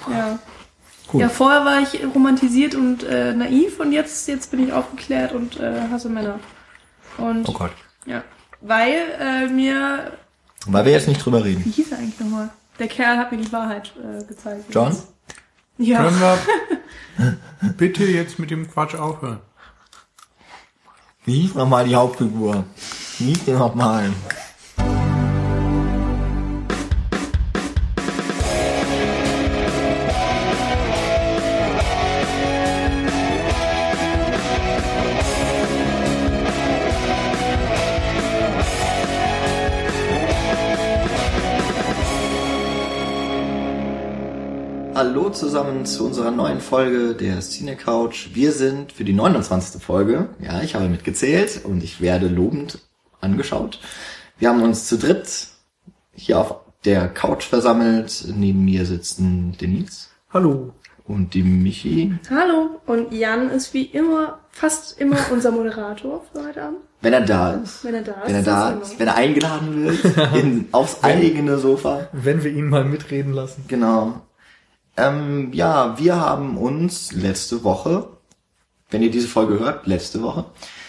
Ja. Cool. Ja, vorher war ich romantisiert und naiv und jetzt bin ich aufgeklärt und hasse Männer. Und Oh Gott. ja, weil Weil wir jetzt nicht drüber reden. wie hieß er eigentlich nochmal? Der Kerl hat mir die Wahrheit gezeigt. John? Ja. Können wir bitte jetzt mit dem Quatsch aufhören? Wie hieß nochmal die Hauptfigur? Wie hieß die nochmal? Hallo zusammen zu unserer neuen Folge der Cine Couch. Wir sind für die 29. Folge, ja, ich habe mitgezählt und ich werde lobend angeschaut. Wir haben uns zu dritt hier auf der Couch versammelt. Neben mir sitzen Denise. Hallo. Und die Michi. Hallo. Und Jan ist wie immer, fast immer unser Moderator für heute Abend. Wenn er da ist. Wenn er da ist. Wenn er da ist. Wenn er eingeladen wird. Aufs eigene Sofa. Wenn wir ihn mal mitreden lassen. Genau. Ja, wir haben uns letzte Woche, wenn ihr diese Folge hört, letzte Woche,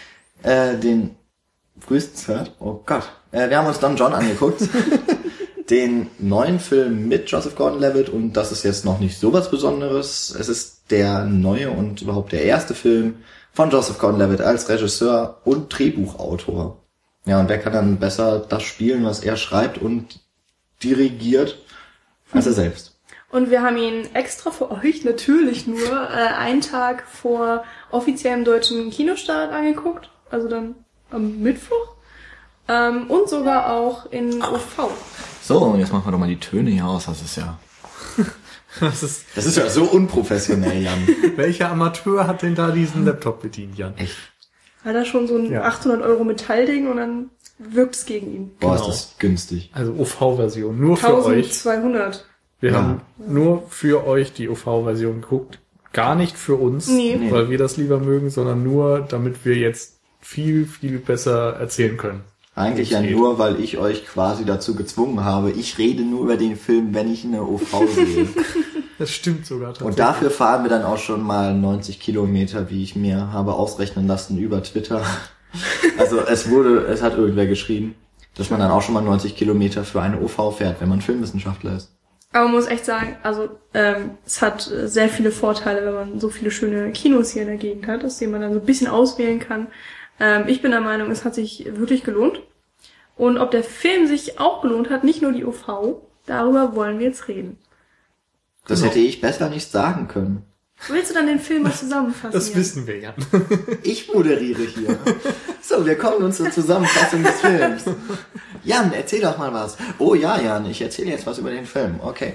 den frühestens hört, oh Gott, wir haben uns Don John angeguckt, den neuen Film mit Joseph Gordon-Levitt, und das ist jetzt noch nicht so was Besonderes. Es ist der neue und überhaupt der erste Film von Joseph Gordon-Levitt als Regisseur und Drehbuchautor. Ja, und wer kann dann besser das spielen, was er schreibt und dirigiert, als er selbst. Und wir haben ihn extra für euch natürlich nur einen Tag vor offiziellem deutschen Kinostart angeguckt, also dann am Mittwoch, und sogar auch in OV. So, und jetzt machen wir doch mal die Töne hier aus, das ist ja... Das ist ja so unprofessionell, Jan. Welcher Amateur hat denn da diesen Laptop bedient, Jan? Echt? Hat er schon so ein 800 € Metallding und dann wirkt es gegen ihn. Boah, Genau. ist das günstig. Also OV-Version, nur für euch. 1200. Wir Ja. haben nur für euch die OV-Version geguckt. Gar nicht für uns, Nee. weil wir das lieber mögen, sondern nur, damit wir jetzt viel, viel besser erzählen können. Eigentlich ja nur, weil ich euch quasi dazu gezwungen habe. Ich rede nur über den Film, wenn ich eine OV sehe. Das stimmt sogar tatsächlich. Und dafür fahren wir dann auch schon mal 90 Kilometer, wie ich mir habe ausrechnen lassen über Twitter. Also es hat irgendwer geschrieben, dass man dann auch schon mal 90 Kilometer für eine OV fährt, wenn man Filmwissenschaftler ist. Aber man muss echt sagen, also es hat sehr viele Vorteile, wenn man so viele schöne Kinos hier in der Gegend hat, aus denen man dann so ein bisschen auswählen kann. Ich bin der Meinung, es hat sich wirklich gelohnt. Und ob der Film sich auch gelohnt hat, nicht nur die OV, darüber wollen wir jetzt reden. Das Genau. hätte ich besser nicht sagen können. Willst du dann den Film mal zusammenfassen? Das Jan? wissen wir, Jan. Ich moderiere hier. So, wir kommen nun zur Zusammenfassung des Films. Jan, erzähl doch mal was. Oh ja, Jan, ich erzähle jetzt was über den Film. Okay.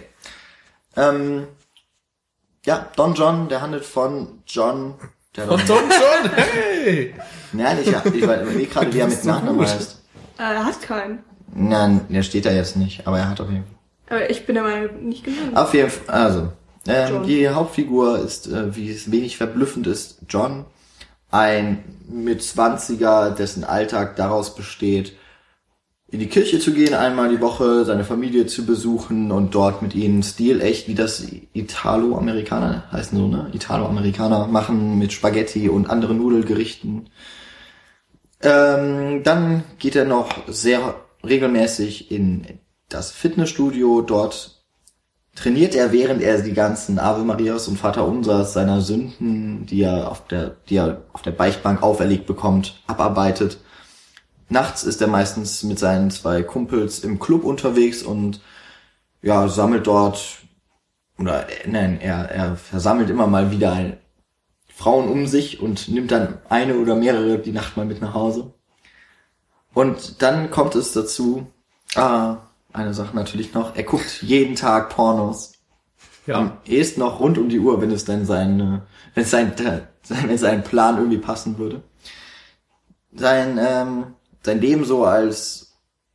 Ja, Don John, der handelt von John... Der Und Don John, hey! Nein, ich überlege gerade, wie er mit Nachnamen heißt. Er hat keinen. Nein, der steht da jetzt nicht, aber er hat auf jeden Fall. Aber ich bin der Meinung, nicht genannt. Auf jeden Fall, also, John. die Hauptfigur ist, wie es wenig verblüffend ist, John. Ein Mit-20er, dessen Alltag daraus besteht, in die Kirche zu gehen, einmal die Woche, seine Familie zu besuchen und dort mit ihnen stilecht, wie das Italo-Amerikaner heißen so, ne? Italo-Amerikaner machen mit Spaghetti und anderen Nudelgerichten. Dann geht er noch sehr regelmäßig in das Fitnessstudio. Dort trainiert er, während er die ganzen Ave Marias und Vater Unsers seiner Sünden, die er auf der Beichtbank auferlegt bekommt, abarbeitet. Nachts ist er meistens mit seinen 2 Kumpels im Club unterwegs und ja, sammelt dort, er versammelt immer mal wieder Frauen um sich und nimmt dann eine oder mehrere die Nacht mal mit nach Hause. Und dann kommt es dazu, eine Sache natürlich noch, er guckt jeden Tag Pornos. Ja. Am ehesten noch rund um die Uhr, wenn es dann sein Plan irgendwie passen würde. Sein Leben so als,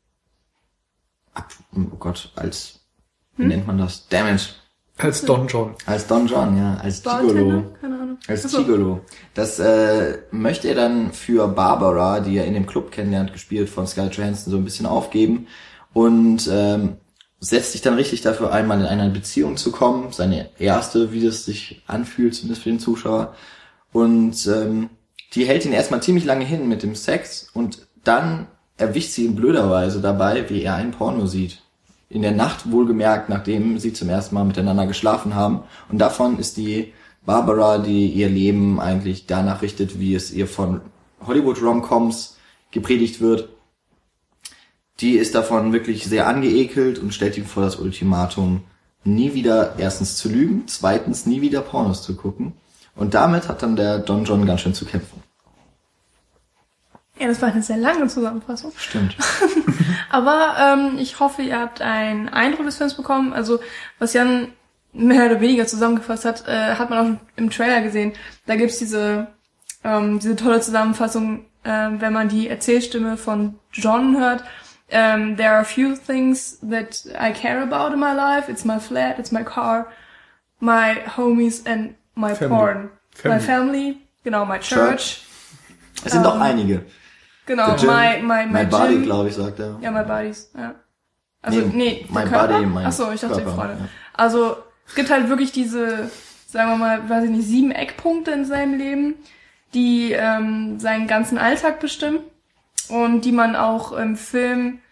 wie nennt man das? Damn it. Als Don John. Als Don John, ja, als Bartender? Gigolo. Keine Ahnung. Als Achso. Gigolo. Das möchte er dann für Barbara, die er in dem Club kennenlernt, gespielt von Scarlett Johansson, so ein bisschen aufgeben und setzt sich dann richtig dafür ein, mal in eine Beziehung zu kommen. Seine erste, wie das sich anfühlt, zumindest für den Zuschauer. Und die hält ihn erstmal ziemlich lange hin mit dem Sex und dann erwischt sie ihn blöderweise dabei, wie er ein Porno sieht. In der Nacht wohlgemerkt, nachdem sie zum ersten Mal miteinander geschlafen haben. Und davon ist die Barbara, die ihr Leben eigentlich danach richtet, wie es ihr von Hollywood-Romcoms gepredigt wird. Die ist davon wirklich sehr angeekelt und stellt ihm vor das Ultimatum, nie wieder erstens zu lügen, zweitens nie wieder Pornos zu gucken. Und damit hat dann der Don John ganz schön zu kämpfen. Ja, das war eine sehr lange Zusammenfassung. Stimmt. Aber ich hoffe, ihr habt einen Eindruck des Films bekommen. Also, was Jan mehr oder weniger zusammengefasst hat, hat man auch im Trailer gesehen. Da gibt's diese tolle Zusammenfassung, wenn man die Erzählstimme von John hört. There are a few things that I care about in my life. It's my flat, it's my car, my homies and my porn. My family, genau, my church. Es sind doch einige. Genau, my body, gym. glaube ich, sagt er. Ja, my bodies, ja. Also, nee my Körper? body, mein Achso, ich dachte Körper, die Freunde. ja. Also, es gibt halt wirklich diese, sagen wir mal, weiß ich nicht, 7 Eckpunkte in seinem Leben, die seinen ganzen Alltag bestimmen und die man auch im Film,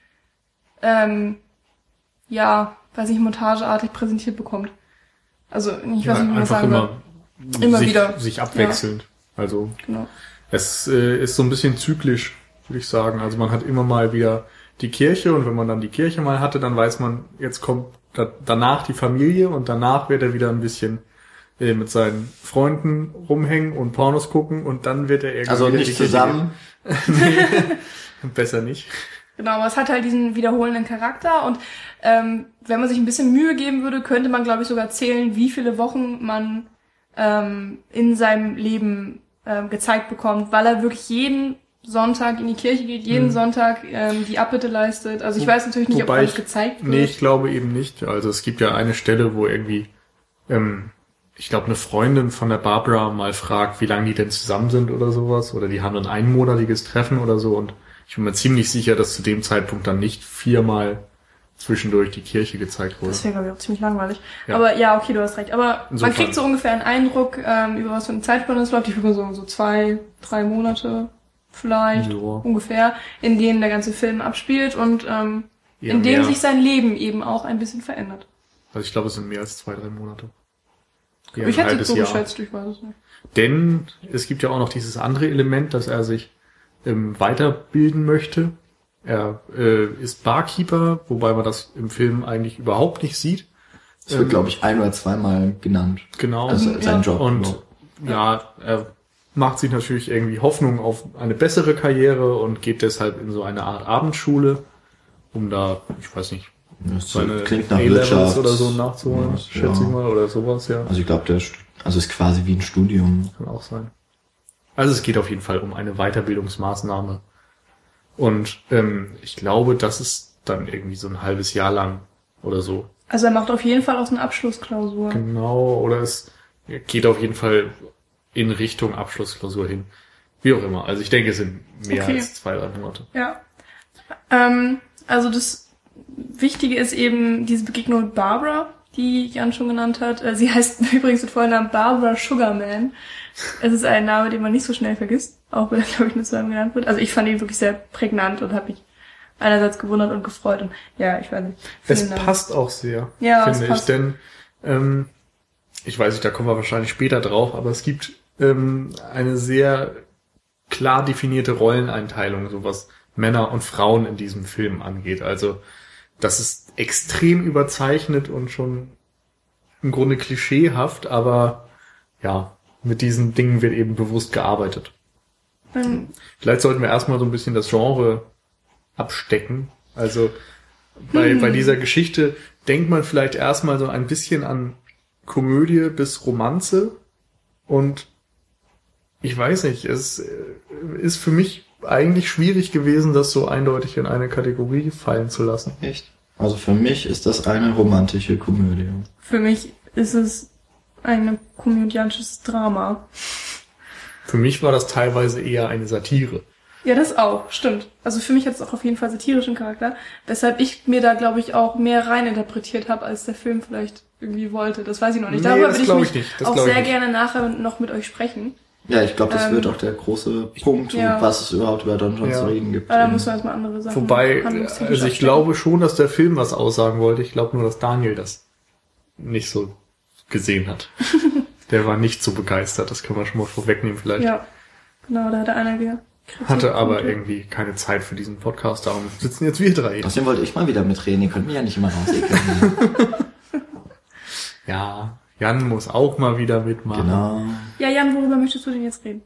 montageartig präsentiert bekommt. Also, ich weiß nicht, wie man das sagen soll. Immer wieder. Sich abwechselnd. Ja. Also, genau. Es ist so ein bisschen zyklisch, würde ich sagen. Also man hat immer mal wieder die Kirche und wenn man dann die Kirche mal hatte, dann weiß man, jetzt kommt danach die Familie und danach wird er wieder ein bisschen mit seinen Freunden rumhängen und Pornos gucken und dann wird er irgendwie... Also nicht zusammen? Nee, besser nicht. Genau, aber es hat halt diesen wiederholenden Charakter und wenn man sich ein bisschen Mühe geben würde, könnte man, glaube ich, sogar zählen, wie viele Wochen man in seinem Leben gezeigt bekommt, weil er wirklich jeden Sonntag in die Kirche geht, jeden Sonntag die Abbitte leistet. Also ich weiß natürlich nicht, ob alles gezeigt wird. Nee, ich glaube eben nicht. Also es gibt ja eine Stelle, wo irgendwie, ich glaube, eine Freundin von der Barbara mal fragt, wie lange die denn zusammen sind oder sowas. Oder die haben ein einmonatiges Treffen oder so. Und ich bin mir ziemlich sicher, dass zu dem Zeitpunkt dann nicht 4-mal zwischendurch die Kirche gezeigt wurde. Das wäre, glaube ich, auch ziemlich langweilig. Ja. Aber ja, okay, du hast recht. Aber Insofern. Man kriegt so ungefähr einen Eindruck, über was für eine Zeitspanne es läuft. Ich würde so 2-3 Monate vielleicht, ungefähr, in denen der ganze Film abspielt und in dem sich sein Leben eben auch ein bisschen verändert. Also ich glaube, es sind mehr als 2-3 Monate. Ich hätte es so geschätzt, ich weiß es nicht. Denn es gibt ja auch noch dieses andere Element, dass er sich weiterbilden möchte. Er ist Barkeeper, wobei man das im Film eigentlich überhaupt nicht sieht. Das wird, glaube ich, 1- oder 2-mal genannt. Genau. Also sein Job. Und er macht sich natürlich irgendwie Hoffnung auf eine bessere Karriere und geht deshalb in so eine Art Abendschule, um da, ich weiß nicht, seine klingt nach A-Levels Wirtschaft oder so nachzuholen, schätze ich mal, oder sowas, ja. Also ich glaube, ist quasi wie ein Studium. Kann auch sein. Also es geht auf jeden Fall um eine Weiterbildungsmaßnahme. Und ich glaube, das ist dann irgendwie so ein halbes Jahr lang oder so. Also er macht auf jeden Fall auch eine Abschlussklausur. Genau, oder es geht auf jeden Fall in Richtung Abschlussklausur hin. Wie auch immer. Also ich denke, es sind mehr als 2-3 Monate. Ja. Also das Wichtige ist eben diese Begegnung mit Barbara, die Jan schon genannt hat. Sie heißt übrigens mit Vollnamen Barbara Sugarman. Es ist ein Name, den man nicht so schnell vergisst, auch wenn er, glaube ich, nur zusammen genannt wird. Also ich fand ihn wirklich sehr prägnant und habe mich einerseits gewundert und gefreut. Und ja, ich weiß nicht. Es passt auch sehr, finde ich. Denn ich weiß nicht, da kommen wir wahrscheinlich später drauf, aber es gibt eine sehr klar definierte Rolleneinteilung, so was Männer und Frauen in diesem Film angeht. Also das ist extrem überzeichnet und schon im Grunde klischeehaft, aber ja, mit diesen Dingen wird eben bewusst gearbeitet. Vielleicht sollten wir erstmal so ein bisschen das Genre abstecken. Also bei dieser Geschichte denkt man vielleicht erstmal so ein bisschen an Komödie bis Romanze und ich weiß nicht, es ist für mich eigentlich schwierig gewesen, das so eindeutig in eine Kategorie fallen zu lassen. Echt? Also für mich ist das eine romantische Komödie. Für mich ist es ein komödiantisches Drama. Für mich war das teilweise eher eine Satire. Ja, das auch, stimmt. Also für mich hat es auch auf jeden Fall satirischen Charakter, weshalb ich mir da, glaube ich, auch mehr reininterpretiert habe, als der Film vielleicht irgendwie wollte. Das weiß ich noch nicht. Darüber würde ich mich auch sehr gerne nachher noch mit euch sprechen. Ja, ich glaube, das wird auch der große Punkt, was es überhaupt über Don John zu reden gibt. Da müssen wir erstmal andere Sachen. Wobei, also ich glaube schon, dass der Film was aussagen wollte. Ich glaube nur, dass Daniel das nicht so gesehen hat. Der war nicht so begeistert, das können wir schon mal vorwegnehmen vielleicht. Ja, genau, da hatte einer wieder Kritik. Hatte aber irgendwie keine Zeit für diesen Podcast, darum sitzen jetzt wir drei. Außerdem wollte ich mal wieder mitreden, ihr könnt mich ja nicht immer rausekeln. Ja, Jan muss auch mal wieder mitmachen. Genau. Ja, Jan, worüber möchtest du denn jetzt reden?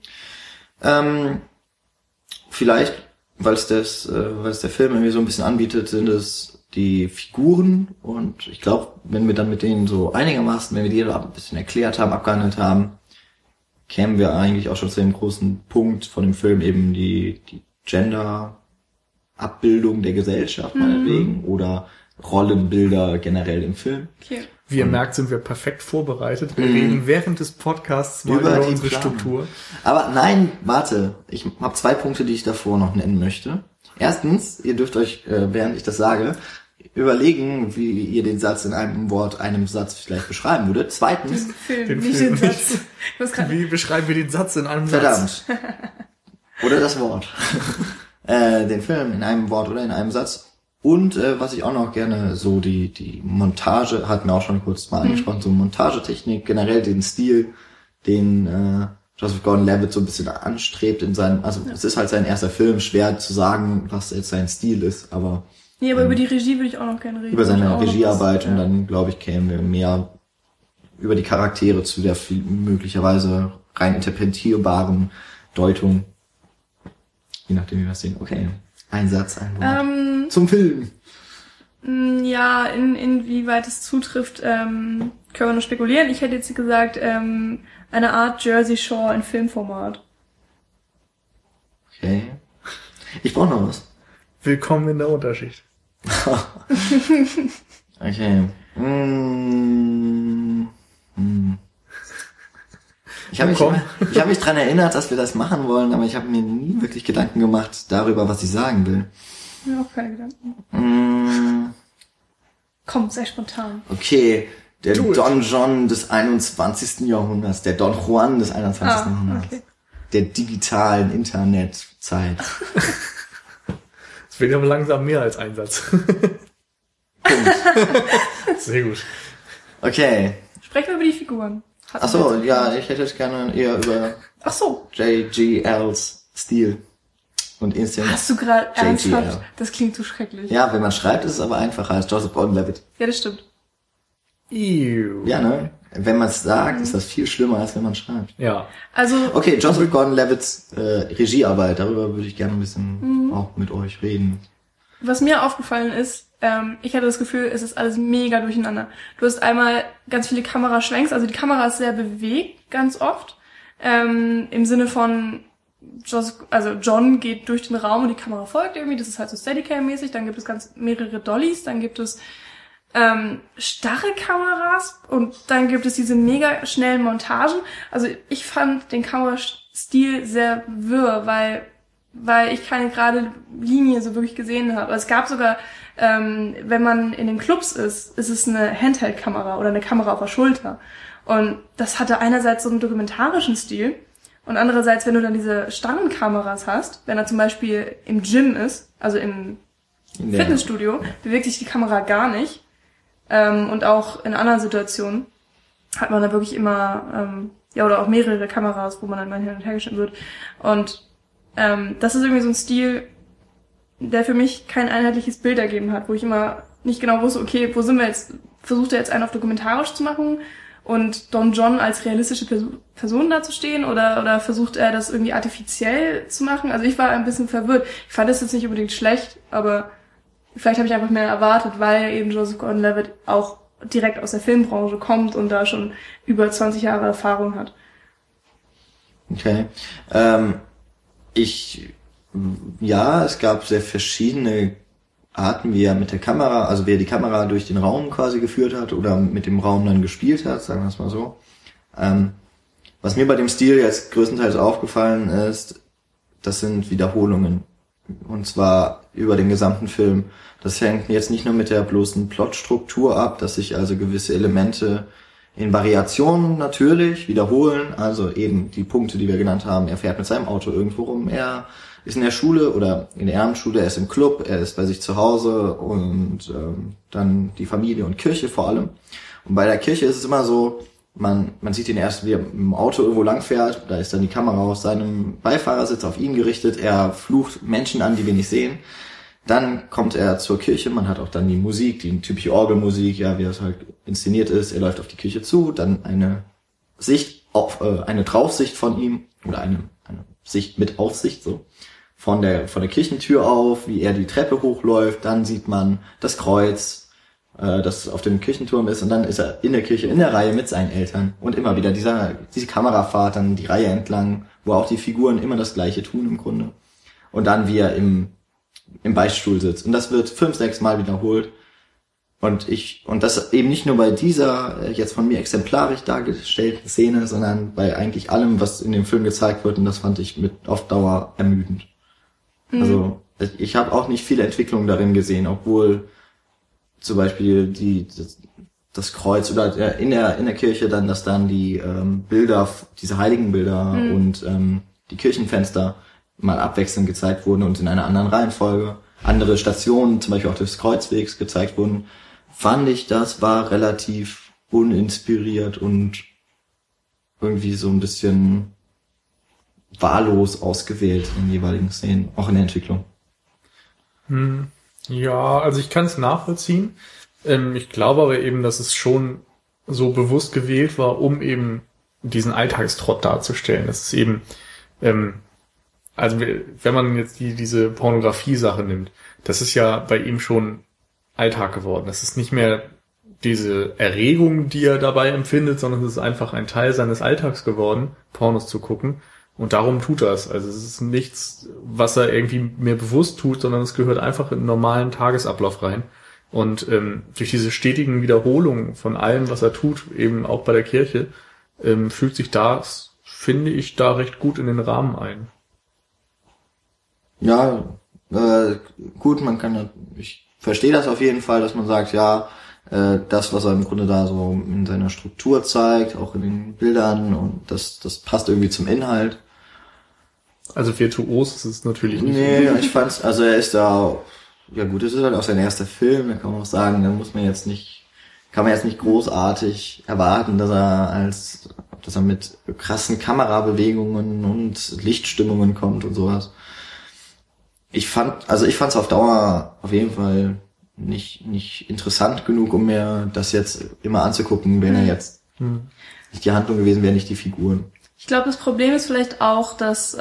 Vielleicht, weil es der Film irgendwie so ein bisschen anbietet, sind es die Figuren, und ich glaube, wenn wir dann mit denen so einigermaßen, wenn wir die da ein bisschen erklärt haben, abgehandelt haben, kämen wir eigentlich auch schon zu dem großen Punkt von dem Film, eben die Gender-Abbildung der Gesellschaft meinetwegen oder Rollenbilder generell im Film. Okay. Wie ihr merkt, sind wir perfekt vorbereitet. Wir reden während des Podcasts mal über unsere Struktur. Aber nein, warte, ich habe 2 Punkte, die ich davor noch nennen möchte. Erstens, ihr dürft euch, während ich das sage, überlegen, wie ihr den Satz in einem Wort, einem Satz vielleicht beschreiben würdet. Zweitens, den Satz. Wie beschreiben wir den Satz in einem Satz? Verdammt. Oder das Wort. Den Film in einem Wort oder in einem Satz. Und was ich auch noch gerne, so die Montage, hat mir auch schon kurz mal angesprochen, so Montagetechnik, generell den Stil, den Joseph Gordon-Levitt so ein bisschen anstrebt in seinem, also es ist halt sein erster Film, schwer zu sagen, was jetzt sein Stil ist, aber nee, aber über die Regie würde ich auch noch gerne reden. Über seine Regiearbeit und dann, glaube ich, kämen wir mehr über die Charaktere zu der möglicherweise rein interpretierbaren Deutung. Je nachdem, wie wir es sehen. Okay, ein Satz, ein Wort. Zum Film. Ja, inwieweit es zutrifft, können wir nur spekulieren. Ich hätte jetzt gesagt, eine Art Jersey Shore in Filmformat. Okay. Ich brauche noch was. Willkommen in der Unterschicht. Okay. Ich habe mich dran erinnert, dass wir das machen wollen, aber ich habe mir nie wirklich Gedanken gemacht darüber, was ich sagen will. Ja, auch keine Gedanken. Komm, sei spontan. Okay, der Don John des 21. Jahrhunderts, der Don Juan des 21. Jahrhunderts. Okay. Der digitalen Internetzeit. Das wird aber langsam mehr als ein Satz. Sehr gut. Okay. Sprechen wir über die Figuren. Achso, ja, ich hätte jetzt gerne eher über JGLs Stil und Instinct. Hast du gerade ernsthaft? Das klingt so schrecklich. Ja, wenn man schreibt, ist es aber einfacher als Joseph Gordon-Levitt. Ja, das stimmt. Ew. Ja, ne? Wenn man es sagt, ist das viel schlimmer, als wenn man schreibt. Ja. Also. Okay, Joseph Gordon-Levitts Regiearbeit, darüber würde ich gerne ein bisschen auch mit euch reden. Was mir aufgefallen ist, ich hatte das Gefühl, es ist alles mega durcheinander. Du hast einmal ganz viele Kameraschwenks, also die Kamera ist sehr bewegt, ganz oft. Im Sinne von, John geht durch den Raum und die Kamera folgt irgendwie, das ist halt so Steadicam-mäßig, dann gibt es mehrere Dollys, dann gibt es starre Kameras und dann gibt es diese mega schnellen Montagen. Also ich fand den Kamerastil sehr wirr, weil ich keine gerade Linie so wirklich gesehen habe. Also es gab sogar, wenn man in den Clubs ist es eine Handheld-Kamera oder eine Kamera auf der Schulter. Und das hatte einerseits so einen dokumentarischen Stil und andererseits, wenn du dann diese starren Kameras hast, wenn er zum Beispiel im Gym ist, also im Fitnessstudio, bewegt sich die Kamera gar nicht. Und auch in anderen Situationen hat man da wirklich immer, oder auch mehrere Kameras, wo man dann mal hin und her geschnitten wird. Und das ist irgendwie so ein Stil, der für mich kein einheitliches Bild ergeben hat, wo ich immer nicht genau wusste, okay, wo sind wir jetzt? Versucht er jetzt einen auf dokumentarisch zu machen und Don John als realistische Person dazustehen oder versucht er das irgendwie artifiziell zu machen? Also ich war ein bisschen verwirrt. Ich fand es jetzt nicht unbedingt schlecht, aber vielleicht habe ich einfach mehr erwartet, weil eben Joseph Gordon-Levitt auch direkt aus der Filmbranche kommt und da schon über 20 Jahre Erfahrung hat. Okay. Es gab sehr verschiedene Arten, wie er mit der Kamera, also wie er die Kamera durch den Raum quasi geführt hat oder mit dem Raum dann gespielt hat, sagen wir es mal so. Was mir bei dem Stil jetzt größtenteils aufgefallen ist, das sind Wiederholungen. Und zwar über den gesamten Film. Das hängt jetzt nicht nur mit der bloßen Plotstruktur ab, dass sich also gewisse Elemente in Variationen natürlich wiederholen. Also eben die Punkte, die wir genannt haben. Er fährt mit seinem Auto irgendwo rum. Er ist in der Schule oder in der Abendschule. Er ist im Club. Er ist bei sich zu Hause. Und dann die Familie und Kirche vor allem. Und bei der Kirche ist es immer so, man sieht ihn erst, wie er im Auto irgendwo langfährt. Da ist dann die Kamera aus seinem Beifahrersitz auf ihn gerichtet. Er flucht Menschen an, die wir nicht sehen. Dann kommt er zur Kirche. Man hat auch dann die Musik, die typische Orgelmusik, ja, wie das halt inszeniert ist. Er läuft auf die Kirche zu. Dann eine Draufsicht von ihm oder eine Sicht mit Aufsicht, so von der Kirchentür auf, wie er die Treppe hochläuft. Dann sieht man das Kreuz, das auf dem Kirchenturm ist, und dann ist er in der Kirche in der Reihe mit seinen Eltern und immer wieder diese Kamerafahrt dann die Reihe entlang, wo auch die Figuren immer das Gleiche tun im Grunde. Und dann wie er im Beichtstuhl sitzt. Und das wird 5-6 Mal wiederholt. Und das eben nicht nur bei dieser jetzt von mir exemplarisch dargestellten Szene, sondern bei eigentlich allem, was in dem Film gezeigt wird, und das fand ich auf Dauer ermüdend. Mhm. Also ich habe auch nicht viele Entwicklungen darin gesehen, obwohl zum Beispiel das Kreuz oder in der Kirche dann, dass dann die Bilder, diese Heiligenbilder und die Kirchenfenster mal abwechselnd gezeigt wurden und in einer anderen Reihenfolge. Andere Stationen, zum Beispiel auch des Kreuzwegs, gezeigt wurden, fand ich, das war relativ uninspiriert und irgendwie so ein bisschen wahllos ausgewählt in den jeweiligen Szenen, auch in der Entwicklung. Ja, also ich kann es nachvollziehen. Ich glaube aber eben, dass es schon so bewusst gewählt war, um eben diesen Alltagstrott darzustellen. Das ist eben, also wenn man jetzt diese Pornografie-Sache nimmt, das ist ja bei ihm schon Alltag geworden. Das ist nicht mehr diese Erregung, die er dabei empfindet, sondern es ist einfach ein Teil seines Alltags geworden, Pornos zu gucken. Und darum tut er es. Also es ist nichts, was er irgendwie mehr bewusst tut, sondern es gehört einfach in einen normalen Tagesablauf rein. Und durch diese stetigen Wiederholungen von allem, was er tut, eben auch bei der Kirche, fühlt sich das, finde ich, da recht gut in den Rahmen ein. Ja, gut, ich verstehe das auf jeden Fall, dass man sagt, ja, das, was er im Grunde da so in seiner Struktur zeigt, auch in den Bildern, und das passt irgendwie zum Inhalt. Also virtuos ist es natürlich nicht. Nee, ich fand's, also er ist da, ja gut, es ist halt auch sein erster Film, da kann man auch sagen, da kann man jetzt nicht großartig erwarten, dass er mit krassen Kamerabewegungen und Lichtstimmungen kommt und sowas. Ich fand's auf Dauer auf jeden Fall nicht interessant genug, um mir das jetzt immer anzugucken, wenn er jetzt nicht die Handlung gewesen wäre, nicht die Figuren. Ich glaube, das Problem ist vielleicht auch, dass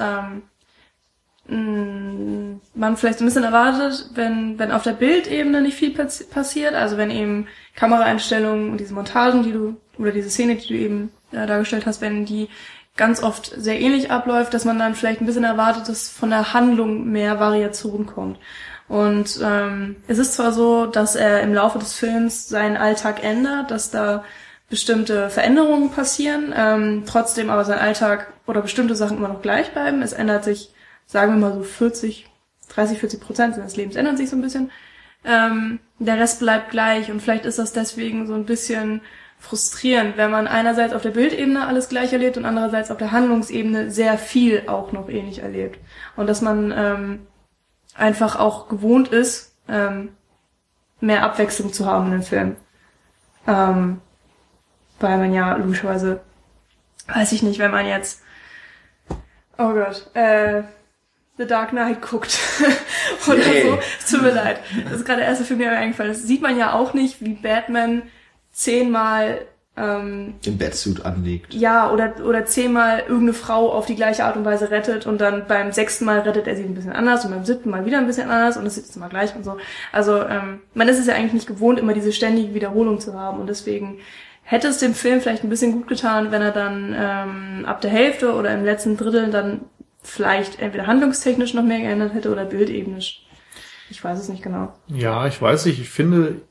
man vielleicht so ein bisschen erwartet, wenn auf der Bildebene nicht viel passiert, also wenn eben Kameraeinstellungen und diese Montagen, oder diese Szene, die du eben dargestellt hast, wenn die ganz oft sehr ähnlich abläuft, dass man dann vielleicht ein bisschen erwartet, dass von der Handlung mehr Variation kommt. Und es ist zwar so, dass er im Laufe des Films seinen Alltag ändert, dass da bestimmte Veränderungen passieren, trotzdem aber sein Alltag oder bestimmte Sachen immer noch gleich bleiben. Es ändert sich, sagen wir mal so 30-40% seines Lebens ändern sich so ein bisschen. Der Rest bleibt gleich, und vielleicht ist das deswegen so ein bisschen frustrierend, wenn man einerseits auf der Bildebene alles gleich erlebt und andererseits auf der Handlungsebene sehr viel auch noch ähnlich erlebt. Und dass man einfach auch gewohnt ist, mehr Abwechslung zu haben in den Film. Weil man ja logischerweise, weiß ich nicht, wenn man jetzt, oh Gott, The Dark Knight guckt oder so, es tut mir leid, das ist gerade der erste Film, der mir eingefallen ist. Das sieht man ja auch nicht, wie Batman 10-mal den Batsuit anlegt. Ja, oder 10-mal irgendeine Frau auf die gleiche Art und Weise rettet, und dann beim 6. Mal rettet er sie ein bisschen anders und beim 7. Mal wieder ein bisschen anders, und das ist immer gleich und so. Also man ist es ja eigentlich nicht gewohnt, immer diese ständige Wiederholung zu haben, und deswegen hätte es dem Film vielleicht ein bisschen gut getan, wenn er dann ab der Hälfte oder im letzten Drittel dann vielleicht entweder handlungstechnisch noch mehr geändert hätte oder bildebenisch. Ich weiß es nicht genau. Ja, ich weiß nicht. Ich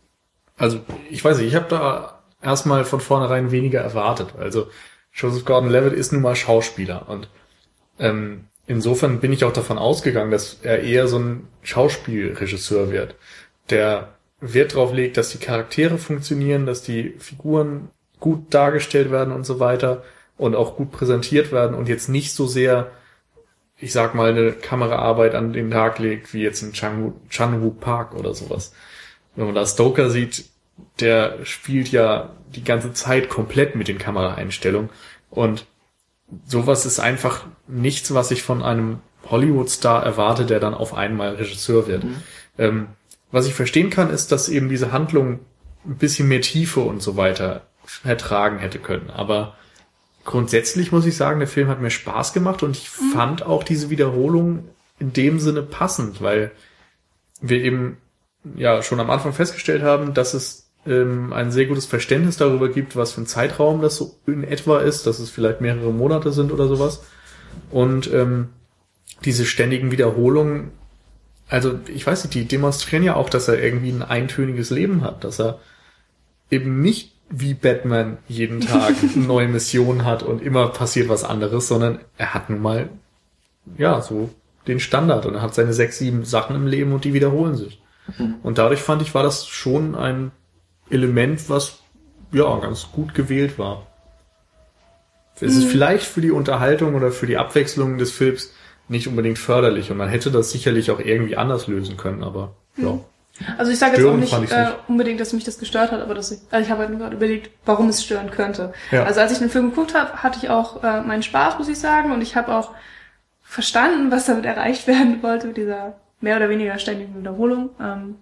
habe da erstmal von vornherein weniger erwartet. Also Joseph Gordon-Levitt ist nun mal Schauspieler, und insofern bin ich auch davon ausgegangen, dass er eher so ein Schauspielregisseur wird, der Wert drauf legt, dass die Charaktere funktionieren, dass die Figuren gut dargestellt werden und so weiter und auch gut präsentiert werden und jetzt nicht so sehr, ich sag mal, eine Kameraarbeit an den Tag legt, wie jetzt in Chan-wook Park oder sowas. Wenn man da Stoker sieht, der spielt ja die ganze Zeit komplett mit den Kameraeinstellungen und sowas ist einfach nichts, was ich von einem Hollywood-Star erwarte, der dann auf einmal Regisseur wird. Was ich verstehen kann, ist, dass eben diese Handlung ein bisschen mehr Tiefe und so weiter ertragen hätte können. Aber grundsätzlich muss ich sagen, der Film hat mir Spaß gemacht und ich fand auch diese Wiederholung in dem Sinne passend, weil wir eben ja schon am Anfang festgestellt haben, dass es ein sehr gutes Verständnis darüber gibt, was für ein Zeitraum das so in etwa ist, dass es vielleicht mehrere Monate sind oder sowas. Und diese ständigen Wiederholungen, also ich weiß nicht, die demonstrieren ja auch, dass er irgendwie ein eintöniges Leben hat, dass er eben nicht wie Batman jeden Tag eine neue Mission hat und immer passiert was anderes, sondern er hat nun mal ja so den Standard und er hat seine 6, 7 Sachen im Leben und die wiederholen sich. Und dadurch fand ich, war das schon ein Element, was ja ganz gut gewählt war. Es ist vielleicht für die Unterhaltung oder für die Abwechslung des Films nicht unbedingt förderlich und man hätte das sicherlich auch irgendwie anders lösen können, aber ja. Also ich sage jetzt auch nicht unbedingt, dass mich das gestört hat, aber ich habe halt nur gerade überlegt, warum es stören könnte. Ja. Also als ich den Film geguckt habe, hatte ich auch meinen Spaß, muss ich sagen, und ich habe auch verstanden, was damit erreicht werden wollte mit dieser mehr oder weniger ständigen Wiederholung.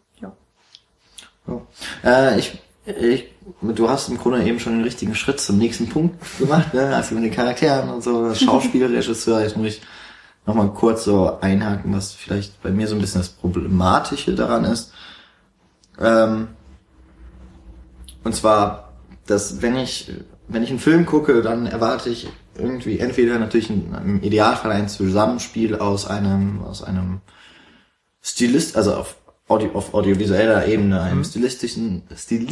Du hast im Grunde eben schon den richtigen Schritt zum nächsten Punkt gemacht, ne? Also mit den Charakteren und so, das Schauspielregisseur. Jetzt muss ich nochmal kurz so einhaken, was vielleicht bei mir so ein bisschen das Problematische daran ist. Und zwar, dass wenn ich einen Film gucke, dann erwarte ich irgendwie entweder natürlich im Idealfall ein Zusammenspiel aus einem Stilist, also auf audiovisueller Ebene, einem stilistischen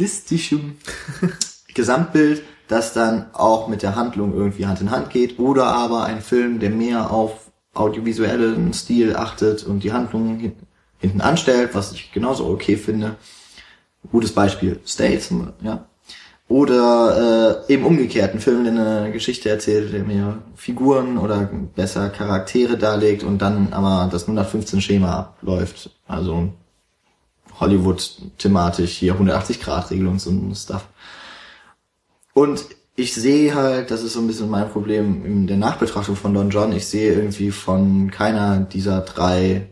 Gesamtbild, das dann auch mit der Handlung irgendwie Hand in Hand geht, oder aber ein Film, der mehr auf audiovisuellen Stil achtet und die Handlung hinten anstellt, was ich genauso okay finde. Gutes Beispiel, States, ja. Oder eben umgekehrt, ein Film, der eine Geschichte erzählt, der mir Figuren oder besser Charaktere darlegt und dann aber das 0815-Schema abläuft. Also Hollywood-thematisch, hier 180-Grad-Regelung, so ein Stuff. Und ich sehe halt, das ist so ein bisschen mein Problem in der Nachbetrachtung von Don John, ich sehe irgendwie von keiner dieser drei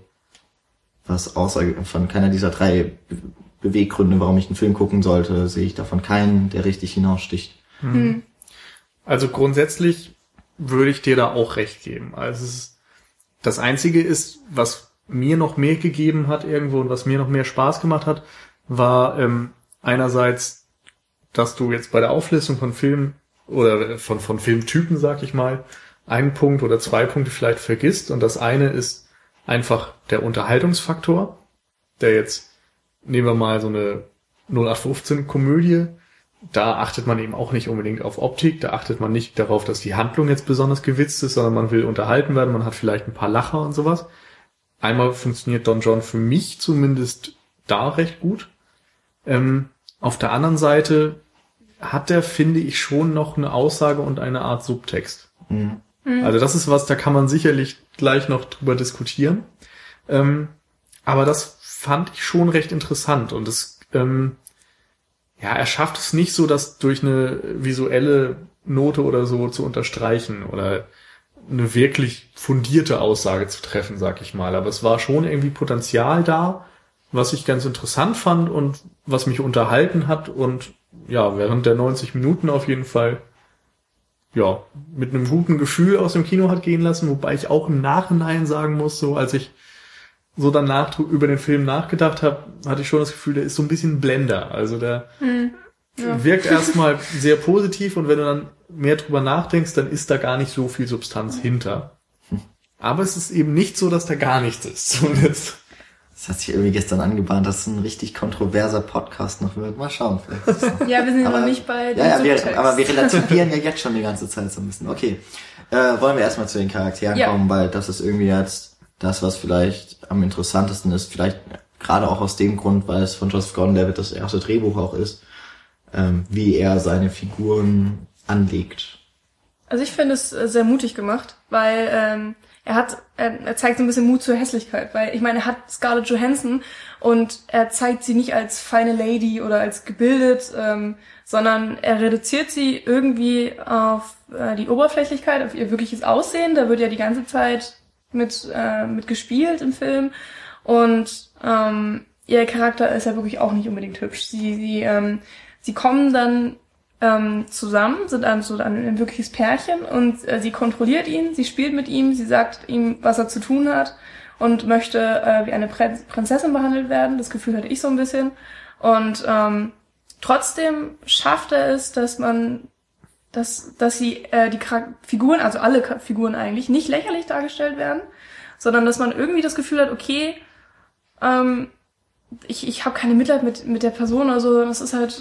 Beweggründe, warum ich einen Film gucken sollte, sehe ich davon keinen, der richtig hinaussticht. Also grundsätzlich würde ich dir da auch recht geben. Also das Einzige ist, was mir noch mehr gegeben hat irgendwo und was mir noch mehr Spaß gemacht hat, war einerseits, dass du jetzt bei der Auflistung von Filmen oder von Filmtypen, sag ich mal, einen Punkt oder 2 Punkte vielleicht vergisst. Und das eine ist einfach der Unterhaltungsfaktor, der jetzt, nehmen wir mal so eine 0815-Komödie, da achtet man eben auch nicht unbedingt auf Optik, da achtet man nicht darauf, dass die Handlung jetzt besonders gewitzt ist, sondern man will unterhalten werden, man hat vielleicht ein paar Lacher und sowas. Einmal funktioniert Don John für mich zumindest da recht gut. Auf der anderen Seite hat der, finde ich, schon noch eine Aussage und eine Art Subtext. Also das ist was, da kann man sicherlich gleich noch drüber diskutieren. Aber das fand ich schon recht interessant und es, er schafft es nicht so, das durch eine visuelle Note oder so zu unterstreichen oder eine wirklich fundierte Aussage zu treffen, sag ich mal. Aber es war schon irgendwie Potenzial da, was ich ganz interessant fand und was mich unterhalten hat und ja, während der 90 Minuten auf jeden Fall ja, mit einem guten Gefühl aus dem Kino hat gehen lassen, wobei ich auch im Nachhinein sagen muss, so als ich so danach über den Film nachgedacht habe, hatte ich schon das Gefühl, der ist so ein bisschen Blender. Also der wirkt erstmal sehr positiv und wenn du dann mehr drüber nachdenkst, dann ist da gar nicht so viel Substanz hinter. Aber es ist eben nicht so, dass da gar nichts ist. Zumindest. Das hat sich irgendwie gestern angebahnt, dass es ein richtig kontroverser Podcast noch wird. Mal schauen. Vielleicht ja, wir sind aber noch nicht bei dem Subtext. Aber wir relativieren ja jetzt schon die ganze Zeit so ein bisschen. Okay. wollen wir erstmal zu den Charakteren kommen, weil das ist irgendwie jetzt das, was vielleicht am interessantesten ist. Vielleicht gerade auch aus dem Grund, weil es von Joseph Gordon-Levitt das erste Drehbuch auch ist, wie er seine Figuren anlegt. Also ich finde es sehr mutig gemacht, weil er zeigt so ein bisschen Mut zur Hässlichkeit, weil ich meine, er hat Scarlett Johansson und er zeigt sie nicht als feine Lady oder als gebildet, sondern er reduziert sie irgendwie auf die Oberflächlichkeit, auf ihr wirkliches Aussehen. Da wird ja die ganze Zeit mit gespielt im Film und ihr Charakter ist ja wirklich auch nicht unbedingt hübsch. Sie kommen dann zusammen, sind also dann ein wirkliches Pärchen und sie kontrolliert ihn, sie spielt mit ihm, sie sagt ihm, was er zu tun hat und möchte wie eine Prinzessin behandelt werden. Das Gefühl hatte ich so ein bisschen. Und trotzdem schafft er es, dass sie die Figuren, also alle Figuren eigentlich, nicht lächerlich dargestellt werden, sondern dass man irgendwie das Gefühl hat, okay, ich habe keine Mitleid mit der Person oder so, das ist halt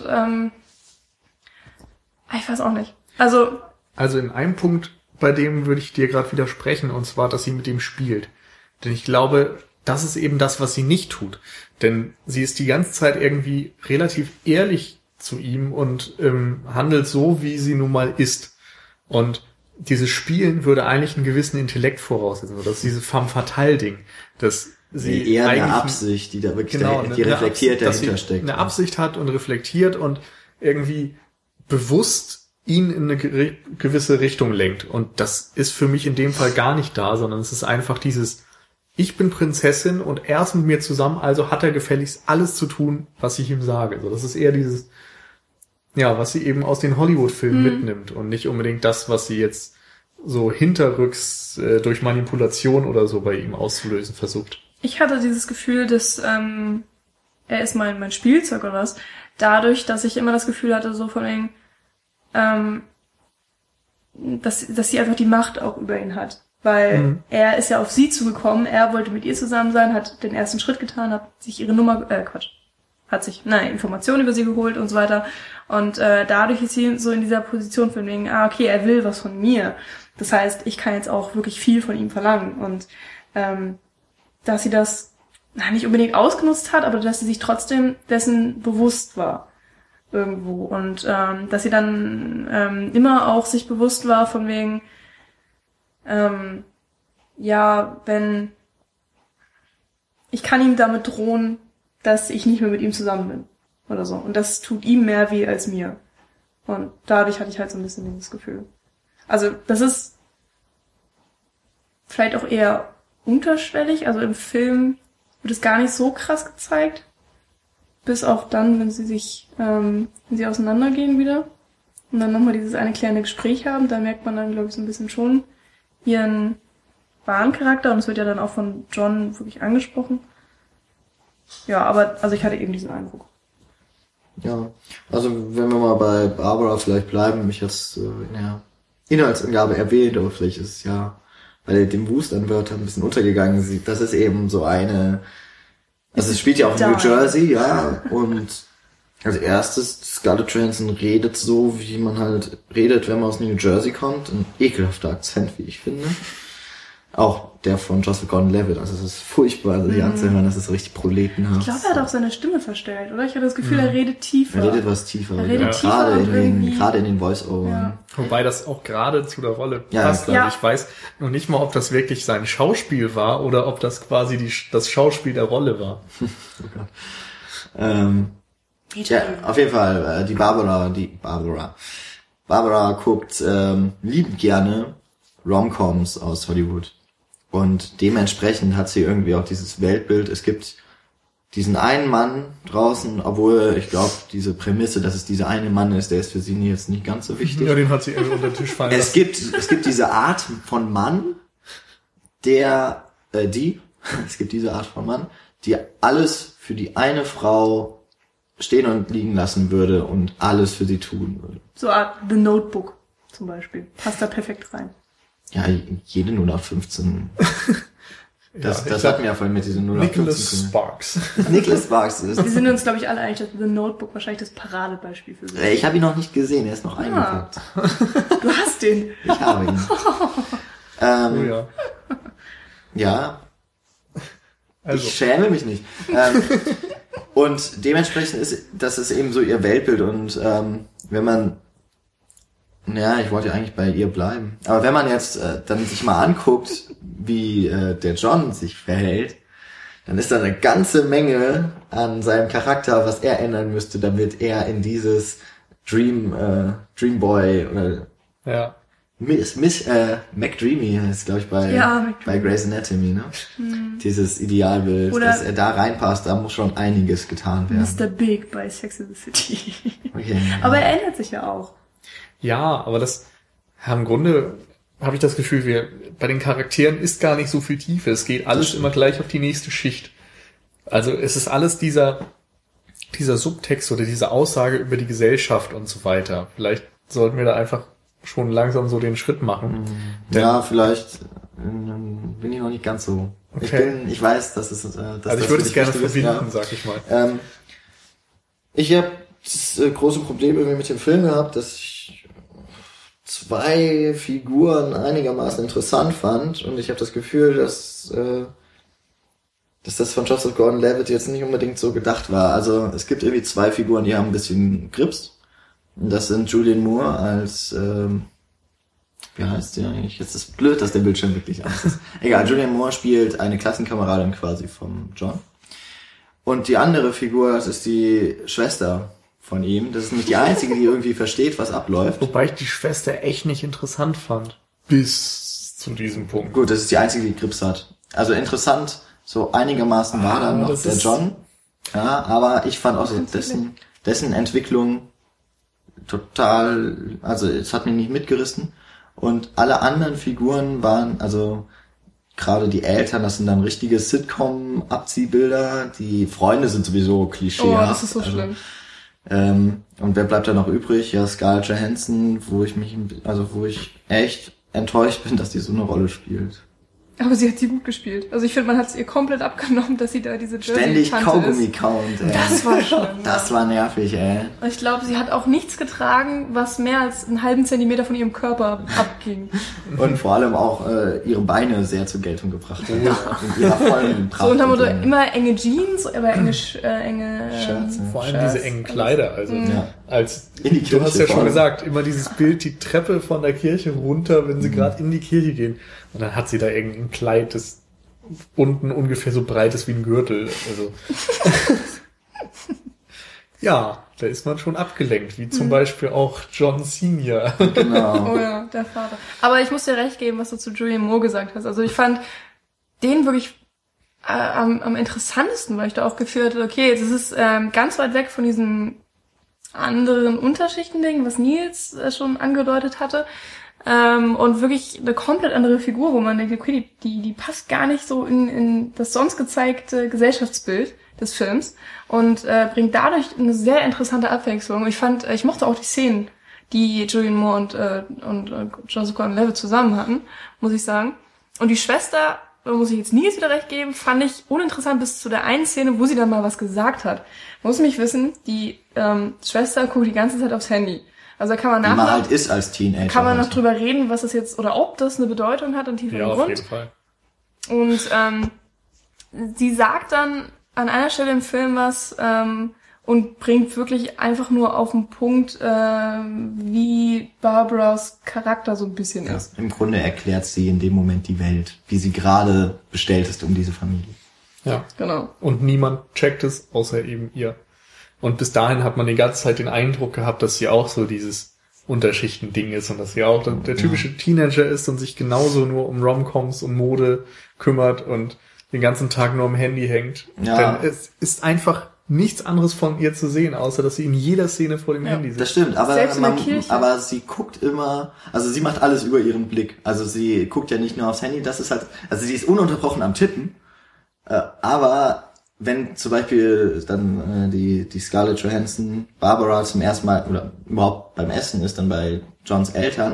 ich weiß auch nicht. Also in einem Punkt, bei dem würde ich dir gerade widersprechen, und zwar, dass sie mit ihm spielt. Denn ich glaube, das ist eben das, was sie nicht tut. Denn sie ist die ganze Zeit irgendwie relativ ehrlich zu ihm und handelt so, wie sie nun mal ist. Und dieses Spielen würde eigentlich einen gewissen Intellekt voraussetzen. Das ist dieses femme fatale Ding, dass sie eher eine Absicht, die da wirklich die reflektiert dahinter steckt. Eine Absicht hat und reflektiert und irgendwie bewusst ihn in eine gewisse Richtung lenkt. Und das ist für mich in dem Fall gar nicht da, sondern es ist einfach dieses, ich bin Prinzessin und er ist mit mir zusammen, also hat er gefälligst alles zu tun, was ich ihm sage. Also das ist eher dieses, ja, was sie eben aus den Hollywood-Filmen mitnimmt und nicht unbedingt das, was sie jetzt so hinterrücks durch Manipulation oder so bei ihm auszulösen versucht. Ich hatte dieses Gefühl, dass er ist mein Spielzeug oder was, dadurch, dass ich immer das Gefühl hatte, so von wegen, dass sie einfach die Macht auch über ihn hat. Weil er ist ja auf sie zugekommen, er wollte mit ihr zusammen sein, hat den ersten Schritt getan, hat sich ihre Informationen über sie geholt und so weiter. Und dadurch ist sie so in dieser Position von wegen, okay, er will was von mir. Das heißt, ich kann jetzt auch wirklich viel von ihm verlangen. Und dass sie das nicht unbedingt ausgenutzt hat, aber dass sie sich trotzdem dessen bewusst war irgendwo. Und dass sie dann immer auch sich bewusst war von wegen, wenn ich kann ihm damit drohen, dass ich nicht mehr mit ihm zusammen bin oder so. Und das tut ihm mehr weh als mir. Und dadurch hatte ich halt so ein bisschen dieses Gefühl. Also das ist vielleicht auch eher unterschwellig. Also im Film wird es gar nicht so krass gezeigt. Bis auf dann, wenn sie auseinandergehen wieder. Und dann nochmal dieses eine kleine Gespräch haben. Da merkt man dann, glaube ich, so ein bisschen schon ihren wahren Charakter. Und es wird ja dann auch von John wirklich angesprochen. Ja, aber also ich hatte eben diesen Eindruck. Ja, also wenn wir mal bei Barbara vielleicht bleiben, mich jetzt in der Inhaltsangabe erwähnt, aber vielleicht ist es ja bei dem Wust an Wörtern ein bisschen untergegangen. Das ist eben so eine, also es spielt ja auch in New Jersey, ja, und als erstes, Scarlett Johansson redet so, wie man halt redet, wenn man aus New Jersey kommt. Ein ekelhafter Akzent, wie ich finde. Auch der von Joseph Gordon-Levitt, also es ist furchtbar, also die anzuhören, das ist so richtig proletenhaft. Ich glaube, er hat auch seine Stimme verstellt, oder? Ich hatte das Gefühl, er redet tiefer. Er redet was tiefer. Er redet tiefer gerade in den Voice-Overn. Ja. Wobei das auch gerade zu der Rolle passt. Ja. Also ich weiß noch nicht mal, ob das wirklich sein Schauspiel war oder ob das quasi das Schauspiel der Rolle war. Oh Gott. Ja, auf jeden Fall, Barbara guckt liebend gerne Rom-Coms aus Hollywood. Und dementsprechend hat sie irgendwie auch dieses Weltbild. Es gibt diesen einen Mann draußen, obwohl ich glaube, diese Prämisse, dass es dieser eine Mann ist, der ist für sie jetzt nicht ganz so wichtig. Ja, den hat sie irgendwie unter den Tisch fallen lassen. Es gibt diese Art von Mann, die alles für die eine Frau stehen und liegen lassen würde und alles für sie tun würde. So eine Art The Notebook zum Beispiel. Passt da perfekt rein. Ja, jede 0815 Das hatten wir ja vorhin mit diesen 0815. Nicholas Sparks. Nicholas Sparks ist. Wir sind uns, glaube ich, alle einig, dass The Notebook wahrscheinlich das Paradebeispiel für sich. Ich habe ihn noch nicht gesehen, er ist noch eingeguckt. Du hast den. Ich habe ihn. Oh ja. Ja. Also. Ich schäme mich nicht. Und dementsprechend das ist eben so ihr Weltbild und wenn man, ja, ich wollte ja eigentlich bei ihr bleiben, aber wenn man jetzt dann sich mal anguckt, wie der John sich verhält, dann ist da eine ganze Menge an seinem Charakter, was er ändern müsste, damit er in dieses Dreamboy oder ja. McDreamy heißt, glaube ich, bei Grey's Anatomy, ne? Dieses Idealbild, oder dass er da reinpasst, da muss schon einiges getan werden. Mr. Big bei Sex and the City. Okay, aber er ändert sich ja auch. Ja, aber im Grunde habe ich das Gefühl, bei den Charakteren ist gar nicht so viel Tiefe. Es geht alles immer gleich auf die nächste Schicht. Also es ist alles dieser Subtext oder diese Aussage über die Gesellschaft und so weiter. Vielleicht sollten wir da einfach schon langsam so den Schritt machen. Ja, vielleicht bin ich noch nicht ganz so. Okay. Ich weiß, dass es also ich würde es gerne verbinden, sag ich mal. Ich habe das große Problem irgendwie mit dem Film gehabt, dass ich 2 Figuren einigermaßen interessant fand und ich habe das Gefühl, dass das von Joseph Gordon-Levitt jetzt nicht unbedingt so gedacht war. Also es gibt irgendwie 2 Figuren, die haben ein bisschen Grips. Das sind Julianne Moore als, wie heißt die eigentlich? Jetzt ist es blöd, dass der Bildschirm wirklich anders ist. Egal, Julianne Moore spielt eine Klassenkameradin quasi vom John. Und die andere Figur, das ist die Schwester von ihm. Das ist nicht die einzige, die irgendwie versteht, was abläuft. Wobei ich die Schwester echt nicht interessant fand. Bis zu diesem Punkt. Gut, das ist die einzige, die Grips hat. Also interessant, so einigermaßen war dann noch der John. Ja, aber ich fand auch so dessen Entwicklung total, also es hat mich nicht mitgerissen und alle anderen Figuren waren, also gerade die Eltern, das sind dann richtige Sitcom-Abziehbilder, die Freunde sind sowieso klischeehaft. Oh, das ist so schlimm. Und wer bleibt da noch übrig? Ja, Scarlett Johansson, wo ich echt enttäuscht bin, dass die so eine Rolle spielt. Aber sie hat sie gut gespielt. Also ich finde, man hat es ihr komplett abgenommen, dass sie da diese Jersey-Tante ist. Ständig Kaugummi-Count, ey. Das war schlimm. Das war nervig, ey. Und ich glaube, sie hat auch nichts getragen, was mehr als einen halben Zentimeter von ihrem Körper abging. Und vor allem auch ihre Beine sehr zur Geltung gebracht hat. In ihrer vollen Pracht. So, und haben wir immer enge Jeans, aber enge Shirts. Vor allem diese engen Kleider. Also als in die Kirche, du hast ja schon gesagt, immer dieses Bild, die Treppe von der Kirche runter, wenn sie gerade in die Kirche gehen. Und dann hat sie da irgendein Kleid, das unten ungefähr so breit ist wie ein Gürtel. Also ja, da ist man schon abgelenkt, wie zum Beispiel auch John Senior. Genau. Oh ja, der Vater. Aber ich muss dir recht geben, was du zu Julianne Moore gesagt hast. Also ich fand den wirklich am interessantesten, weil ich da auch gefühlt hatte, okay, das ist ganz weit weg von diesem anderen Unterschichtending, was Nils schon angedeutet hatte. Und wirklich eine komplett andere Figur, wo man denkt, okay, die passt gar nicht so in das sonst gezeigte Gesellschaftsbild des Films und bringt dadurch eine sehr interessante Abwechslung. Ich mochte auch die Szenen, die Julianne Moore und Joseph Gordon-Levitt zusammen hatten, muss ich sagen. Und die Schwester, da muss ich jetzt Nils wieder recht geben, fand ich uninteressant bis zu der einen Szene, wo sie dann mal was gesagt hat. Man muss nämlich wissen, die Schwester guckt die ganze Zeit aufs Handy. Also da kann man nachher, wie man halt ist als Teenager. Kann man noch drüber reden, was das jetzt, oder ob das eine Bedeutung hat, einen tieferen Grund. Ja, auf jeden Fall. Und sie sagt dann an einer Stelle im Film was und bringt wirklich einfach nur auf den Punkt, wie Barbaras Charakter so ein bisschen ist. Im Grunde erklärt sie in dem Moment die Welt, wie sie gerade bestellt ist um diese Familie. Ja, genau. Und niemand checkt es, außer eben ihr. Und bis dahin hat man die ganze Zeit den Eindruck gehabt, dass sie auch so dieses Unterschichten-Ding ist und dass sie auch der typische Teenager ist und sich genauso nur um Romcoms und Mode kümmert und den ganzen Tag nur am Handy hängt. Ja. Denn es ist einfach nichts anderes von ihr zu sehen, außer dass sie in jeder Szene vor dem Handy sitzt. Das stimmt, aber, selbst in der Kirche. Aber sie guckt immer, also sie macht alles über ihren Blick. Also sie guckt ja nicht nur aufs Handy, das ist halt, also sie ist ununterbrochen am Tippen, aber wenn zum Beispiel dann die Scarlett Johansson Barbara zum ersten Mal oder überhaupt beim Essen ist, dann bei Johns Eltern,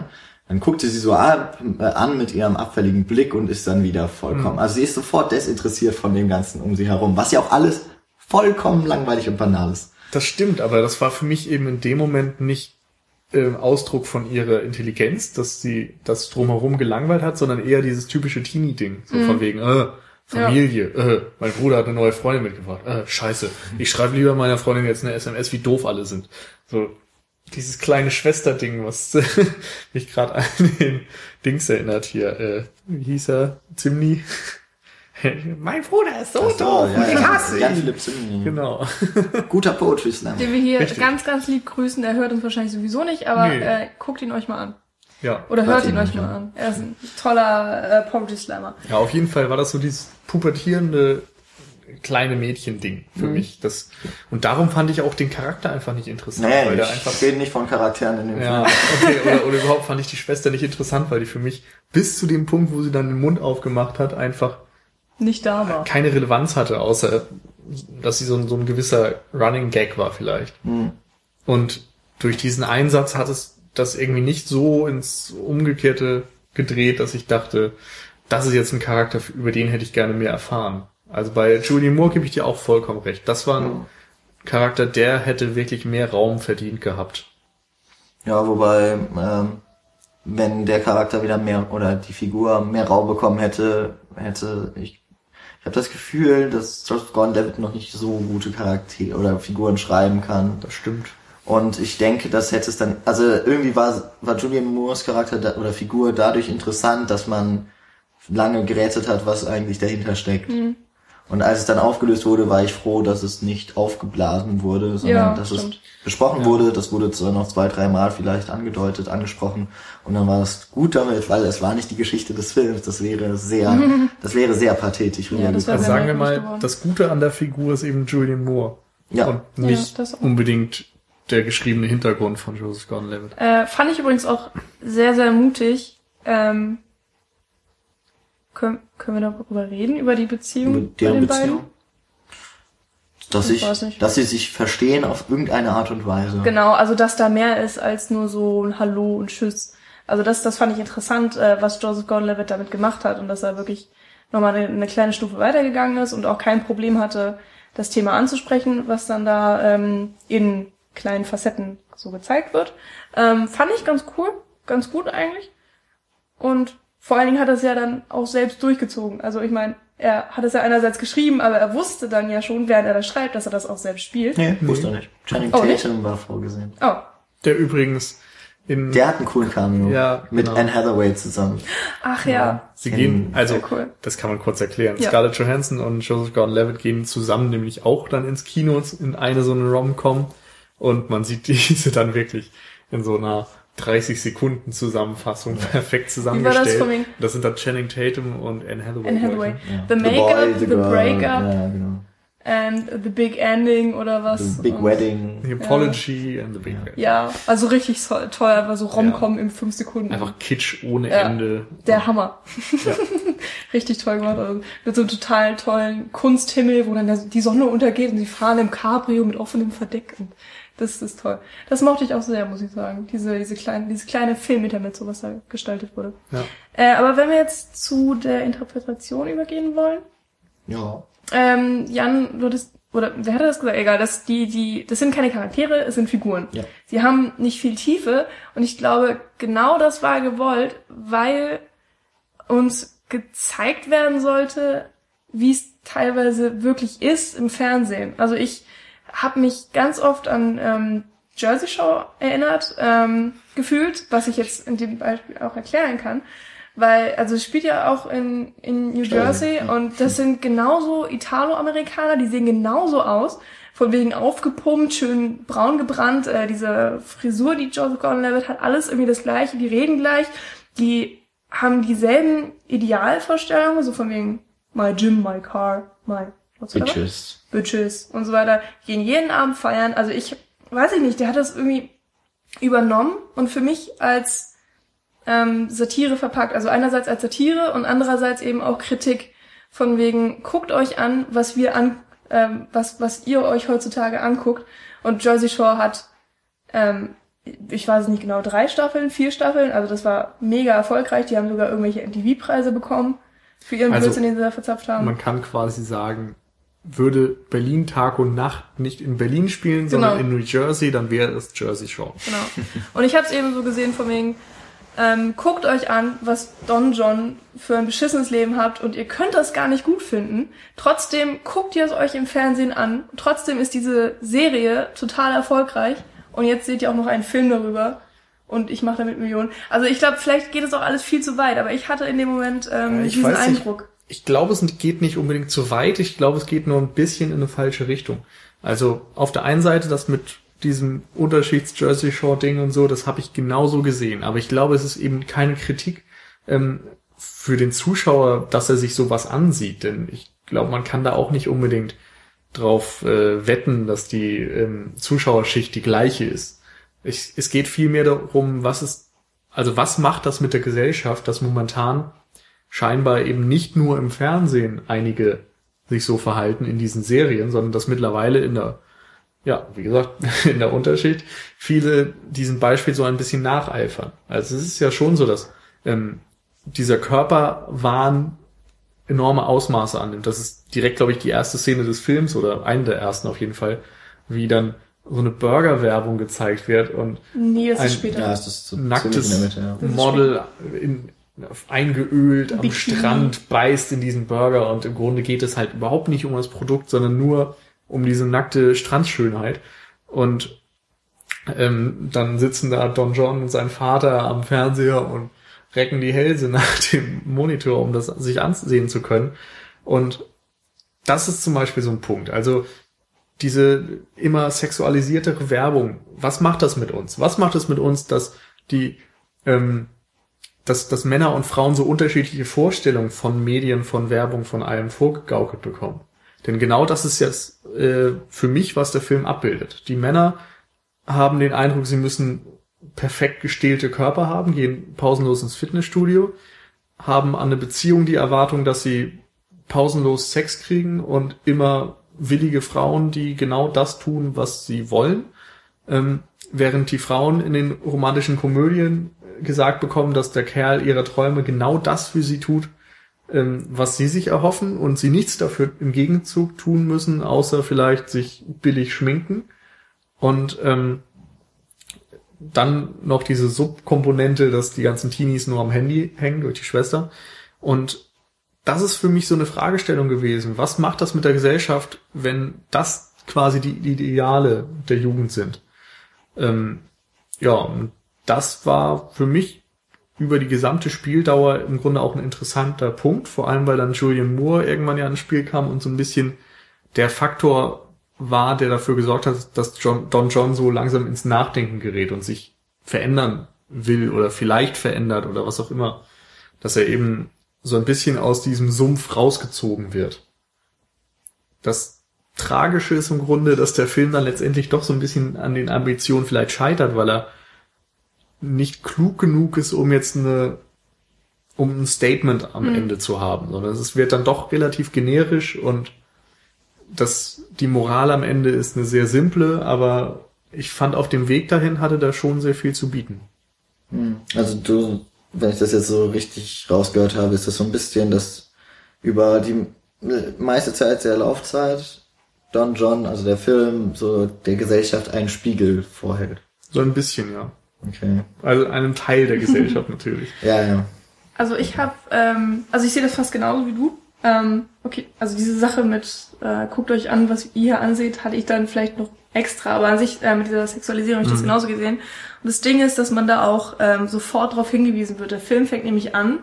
Dann guckt sie so an mit ihrem abfälligen Blick und ist dann wieder vollkommen. Also sie ist sofort desinteressiert von dem Ganzen um sie herum, was ja auch alles vollkommen langweilig und banal ist. Das stimmt, aber das war für mich eben in dem Moment nicht Ausdruck von ihrer Intelligenz, dass sie das drumherum gelangweilt hat, sondern eher dieses typische Teenie-Ding. So von wegen, Familie, mein Bruder hat eine neue Freundin mitgebracht, scheiße, ich schreibe lieber meiner Freundin jetzt eine SMS, wie doof alle sind. So dieses kleine Schwester-Ding, was mich gerade an den Dings erinnert hier. Wie hieß er? Zimni? Mein Bruder ist so doof und ich hasse ihn. Jan-Philipp Zimni. Genau. Guter Poetry Slam. Den wir hier ganz, ganz lieb grüßen. Er hört uns wahrscheinlich sowieso nicht, aber guckt ihn euch mal an. Ja. Oder hört ihn euch mal an. Er ist ein toller Poetry Slammer. Ja, auf jeden Fall war das so dieses pubertierende kleine Mädchen-Ding für mich. Und darum fand ich auch den Charakter einfach nicht interessant. Nee, weil ich rede nicht von Charakteren in dem Film. Ja, okay, oder überhaupt fand ich die Schwester nicht interessant, weil die für mich bis zu dem Punkt, wo sie dann den Mund aufgemacht hat, einfach nicht da war. Keine Relevanz hatte, außer dass sie so ein gewisser Running Gag war vielleicht. Und durch diesen Einsatz hat es das irgendwie nicht so ins Umgekehrte gedreht, dass ich dachte, das ist jetzt ein Charakter, über den hätte ich gerne mehr erfahren. Also bei Julianne Moore gebe ich dir auch vollkommen recht. Das war ein Charakter, der hätte wirklich mehr Raum verdient gehabt. Ja, wobei, wenn der Charakter wieder mehr, oder die Figur mehr Raum bekommen hätte ich habe das Gefühl, dass Joseph Gordon-Levitt noch nicht so gute Charaktere oder Figuren schreiben kann. Das stimmt. Und ich denke, das hätte es dann, also irgendwie war Julianne Moores Charakter oder Figur dadurch interessant, dass man lange gerätselt hat, was eigentlich dahinter steckt. Und als es dann aufgelöst wurde, war ich froh, dass es nicht aufgeblasen wurde, sondern dass es besprochen wurde. Das wurde zwar noch 2-3 Mal vielleicht angedeutet, angesprochen. Und dann war es gut damit, weil es war nicht die Geschichte des Films. Das wäre sehr pathetisch. Ja, also sagen wir mal, das Gute an der Figur ist eben Julianne Moore. Ja. Und nicht unbedingt der geschriebene Hintergrund von Joseph Gordon-Levitt. Fand ich übrigens auch sehr, sehr mutig. Können wir darüber reden, über die Beziehung bei den beiden? Dass sie sich verstehen auf irgendeine Art und Weise. Genau, also dass da mehr ist als nur so ein Hallo und Tschüss. Also das fand ich interessant, was Joseph Gordon-Levitt damit gemacht hat und dass er wirklich nochmal eine kleine Stufe weitergegangen ist und auch kein Problem hatte, das Thema anzusprechen, was dann da in kleinen Facetten so gezeigt wird. Fand ich ganz cool, ganz gut eigentlich. Und vor allen Dingen hat er es ja dann auch selbst durchgezogen. Also ich meine, er hat es ja einerseits geschrieben, aber er wusste dann ja schon, während er das schreibt, dass er das auch selbst spielt. Nee, wusste er nicht. Channing Tatum war vorgesehen. Oh. Der übrigens der hat einen coolen Cameo. Mit Anne Hathaway zusammen. Ach ja. Sie gehen, also cool. Das kann man kurz erklären. Ja. Scarlett Johansson und Joseph Gordon-Levitt gehen zusammen nämlich auch dann ins Kino in eine so eine Rom-Com und man sieht diese dann wirklich in so einer 30 Sekunden Zusammenfassung perfekt zusammengestellt. Das sind dann Channing Tatum und Anne Hathaway. Ja. The Make-up, the Breakup, genau. and the Big Ending oder was. The Big Wedding. The Apology and the Big Wedding. Ja, also richtig toll, einfach so Rom-Com in 5 Sekunden. Einfach Kitsch ohne Ende. Der Hammer. Ja. Richtig toll gemacht. Also mit so einem total tollen Kunsthimmel, wo dann die Sonne untergeht und sie fahren im Cabrio mit offenem Verdeck. Und das ist toll. Das mochte ich auch sehr, muss ich sagen. Diese kleine Filmintermezzo, was da gestaltet wurde. Ja. Aber wenn wir jetzt zu der Interpretation übergehen wollen. Ja. Jan, oder wer hatte das gesagt? Egal, das sind keine Charaktere, es sind Figuren. Ja. Sie haben nicht viel Tiefe und ich glaube, genau das war gewollt, weil uns gezeigt werden sollte, wie es teilweise wirklich ist im Fernsehen. Also ich habe mich ganz oft an Jersey Shore erinnert, gefühlt, was ich jetzt in dem Beispiel auch erklären kann. Weil, also es spielt ja auch in New Jersey und das sind genauso Italo-Amerikaner, die sehen genauso aus, von wegen aufgepumpt, schön braun gebrannt, diese Frisur, die Joseph Gordon-Levitt hat, alles irgendwie das Gleiche, die reden gleich, die haben dieselben Idealvorstellungen, so von wegen my gym, my car, my Bitches und so weiter, gehen jeden Abend feiern, also ich weiß ich nicht, der hat das irgendwie übernommen und für mich als Satire verpackt, also einerseits als Satire und andererseits eben auch Kritik von wegen, guckt euch an, was was ihr euch heutzutage anguckt und Jersey Shore hat ich weiß es nicht genau, 3 Staffeln, 4 Staffeln, also das war mega erfolgreich, die haben sogar irgendwelche MTV-Preise bekommen für ihren Blödsinn, den sie da verzapft haben. Man kann quasi sagen, würde Berlin Tag und Nacht nicht in Berlin spielen, sondern in New Jersey, dann wäre es Jersey Shore. Genau. Und ich habe es eben so gesehen von wegen, guckt euch an, was Don John für ein beschissenes Leben habt und ihr könnt das gar nicht gut finden. Trotzdem guckt ihr es euch im Fernsehen an. Trotzdem ist diese Serie total erfolgreich und jetzt seht ihr auch noch einen Film darüber und ich mache damit Millionen. Also ich glaube, vielleicht geht es auch alles viel zu weit, aber ich hatte in dem Moment diesen Eindruck. Ich glaube, es geht nicht unbedingt zu weit. Ich glaube, es geht nur ein bisschen in eine falsche Richtung. Also auf der einen Seite das mit diesem Unterschieds-Jersey Shore-Ding und so, das habe ich genauso gesehen. Aber ich glaube, es ist eben keine Kritik für den Zuschauer, dass er sich sowas ansieht. Denn ich glaube, man kann da auch nicht unbedingt drauf wetten, dass die Zuschauerschicht die gleiche ist. Es geht vielmehr darum, was macht das mit der Gesellschaft, dass momentan scheinbar eben nicht nur im Fernsehen einige sich so verhalten in diesen Serien, sondern dass mittlerweile in der Unterschicht viele diesem Beispiel so ein bisschen nacheifern. Also es ist ja schon so, dass dieser Körperwahn enorme Ausmaße annimmt. Das ist direkt, glaube ich, die erste Szene des Films oder eine der ersten auf jeden Fall, wie dann so eine Burger-Werbung gezeigt wird und das ist später. Ja, das ist so nacktes Mitte, Model eingeölt am Strand beißt in diesen Burger und im Grunde geht es halt überhaupt nicht um das Produkt, sondern nur um diese nackte Strandschönheit. Und dann sitzen da Don John und sein Vater am Fernseher und recken die Hälse nach dem Monitor, um das sich ansehen zu können. Und das ist zum Beispiel so ein Punkt. Also diese immer sexualisiertere Werbung, was macht das mit uns? Was macht es mit uns, dass dass Männer und Frauen so unterschiedliche Vorstellungen von Medien, von Werbung, von allem vorgegaukelt bekommen? Denn genau das ist jetzt für mich, was der Film abbildet. Die Männer haben den Eindruck, sie müssen perfekt gestählte Körper haben, gehen pausenlos ins Fitnessstudio, haben an eine Beziehung die Erwartung, dass sie pausenlos Sex kriegen und immer willige Frauen, die genau das tun, was sie wollen, während die Frauen in den romantischen Komödien gesagt bekommen, dass der Kerl ihrer Träume genau das für sie tut, was sie sich erhoffen und sie nichts dafür im Gegenzug tun müssen, außer vielleicht sich billig schminken. Und dann noch diese Subkomponente, dass die ganzen Teenies nur am Handy hängen durch die Schwester. Und das ist für mich so eine Fragestellung gewesen. Was macht das mit der Gesellschaft, wenn das quasi die Ideale der Jugend sind? Und das war für mich über die gesamte Spieldauer im Grunde auch ein interessanter Punkt, vor allem weil dann Julianne Moore irgendwann ja ins Spiel kam und so ein bisschen der Faktor war, der dafür gesorgt hat, dass Don John so langsam ins Nachdenken gerät und sich verändern will oder vielleicht verändert oder was auch immer, dass er eben so ein bisschen aus diesem Sumpf rausgezogen wird. Das Tragische ist im Grunde, dass der Film dann letztendlich doch so ein bisschen an den Ambitionen vielleicht scheitert, weil er nicht klug genug ist, um jetzt um ein Statement am Ende zu haben, sondern es wird dann doch relativ generisch und die Moral am Ende ist eine sehr simple, aber ich fand, auf dem Weg dahin hatte da schon sehr viel zu bieten. Also wenn ich das jetzt so richtig rausgehört habe, ist das so ein bisschen, dass über die meiste Zeit der Laufzeit Don John, also der Film, so der Gesellschaft einen Spiegel vorhält. So ein bisschen, ja. Okay. Also einem Teil der Gesellschaft natürlich. Ja. Also ich habe, ich sehe das fast genauso wie du. Okay, also diese Sache mit guckt euch an, was ihr hier anseht, hatte ich dann vielleicht noch extra, aber an sich mit dieser Sexualisierung habe ich das genauso gesehen. Und das Ding ist, dass man da auch sofort darauf hingewiesen wird. Der Film fängt nämlich an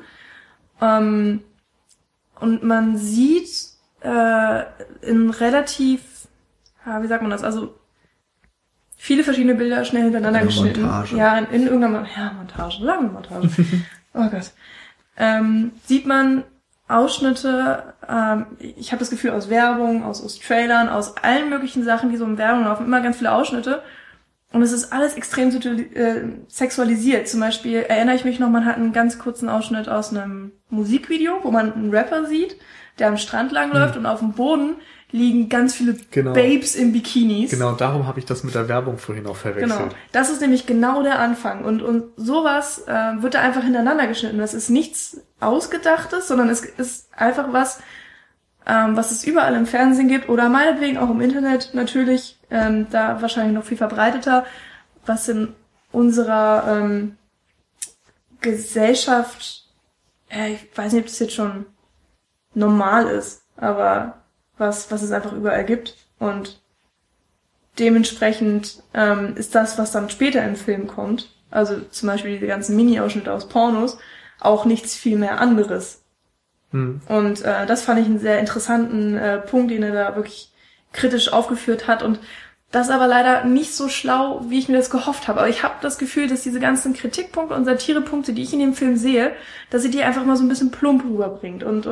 und man sieht in relativ, wie sagt man das, also viele verschiedene Bilder schnell hintereinander geschnitten. Montage. Ja, in irgendeiner Montage, lange Montage. Oh Gott. Sieht man Ausschnitte, ich habe das Gefühl, aus Werbung, aus Trailern, aus allen möglichen Sachen, die so in Werbung laufen, immer ganz viele Ausschnitte. Und es ist alles extrem sexualisiert. Zum Beispiel erinnere ich mich noch, man hat einen ganz kurzen Ausschnitt aus einem Musikvideo, wo man einen Rapper sieht, der am Strand langläuft und auf dem Boden liegen ganz viele Babes in Bikinis. Genau, darum habe ich das mit der Werbung vorhin auch verwechselt. Genau, das ist nämlich genau der Anfang. Und sowas wird da einfach hintereinander geschnitten. Das ist nichts Ausgedachtes, sondern es ist einfach was es überall im Fernsehen gibt oder meinetwegen auch im Internet natürlich, da wahrscheinlich noch viel verbreiteter, was in unserer Gesellschaft, ich weiß nicht, ob das jetzt schon normal ist, aber was es einfach überall gibt. Und dementsprechend ist das, was dann später im Film kommt, also zum Beispiel diese ganzen Mini-Ausschnitte aus Pornos, auch nichts viel mehr anderes. Und das fand ich einen sehr interessanten Punkt, den er da wirklich kritisch aufgeführt hat. Und das aber leider nicht so schlau, wie ich mir das gehofft habe. Aber ich habe das Gefühl, dass diese ganzen Kritikpunkte und Satirepunkte, die ich in dem Film sehe, dass sie die einfach mal so ein bisschen plump rüberbringt und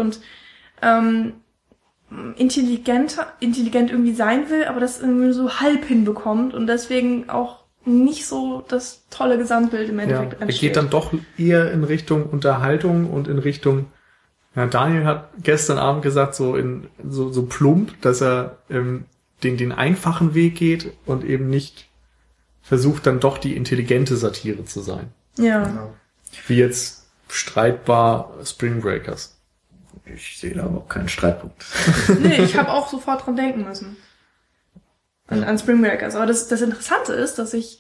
intelligent irgendwie sein will, aber das irgendwie so halb hinbekommt und deswegen auch nicht so das tolle Gesamtbild im Endeffekt entsteht. Er geht dann doch eher in Richtung Unterhaltung und in Richtung, ja, Daniel hat gestern Abend gesagt, so plump, dass er den einfachen Weg geht und eben nicht versucht, dann doch die intelligente Satire zu sein. Ja. Wie jetzt streitbar Spring Breakers. Ich sehe da aber auch keinen Streitpunkt. Nee, ich habe auch sofort dran denken müssen. An Spring Breakers. Aber das Interessante ist, dass ich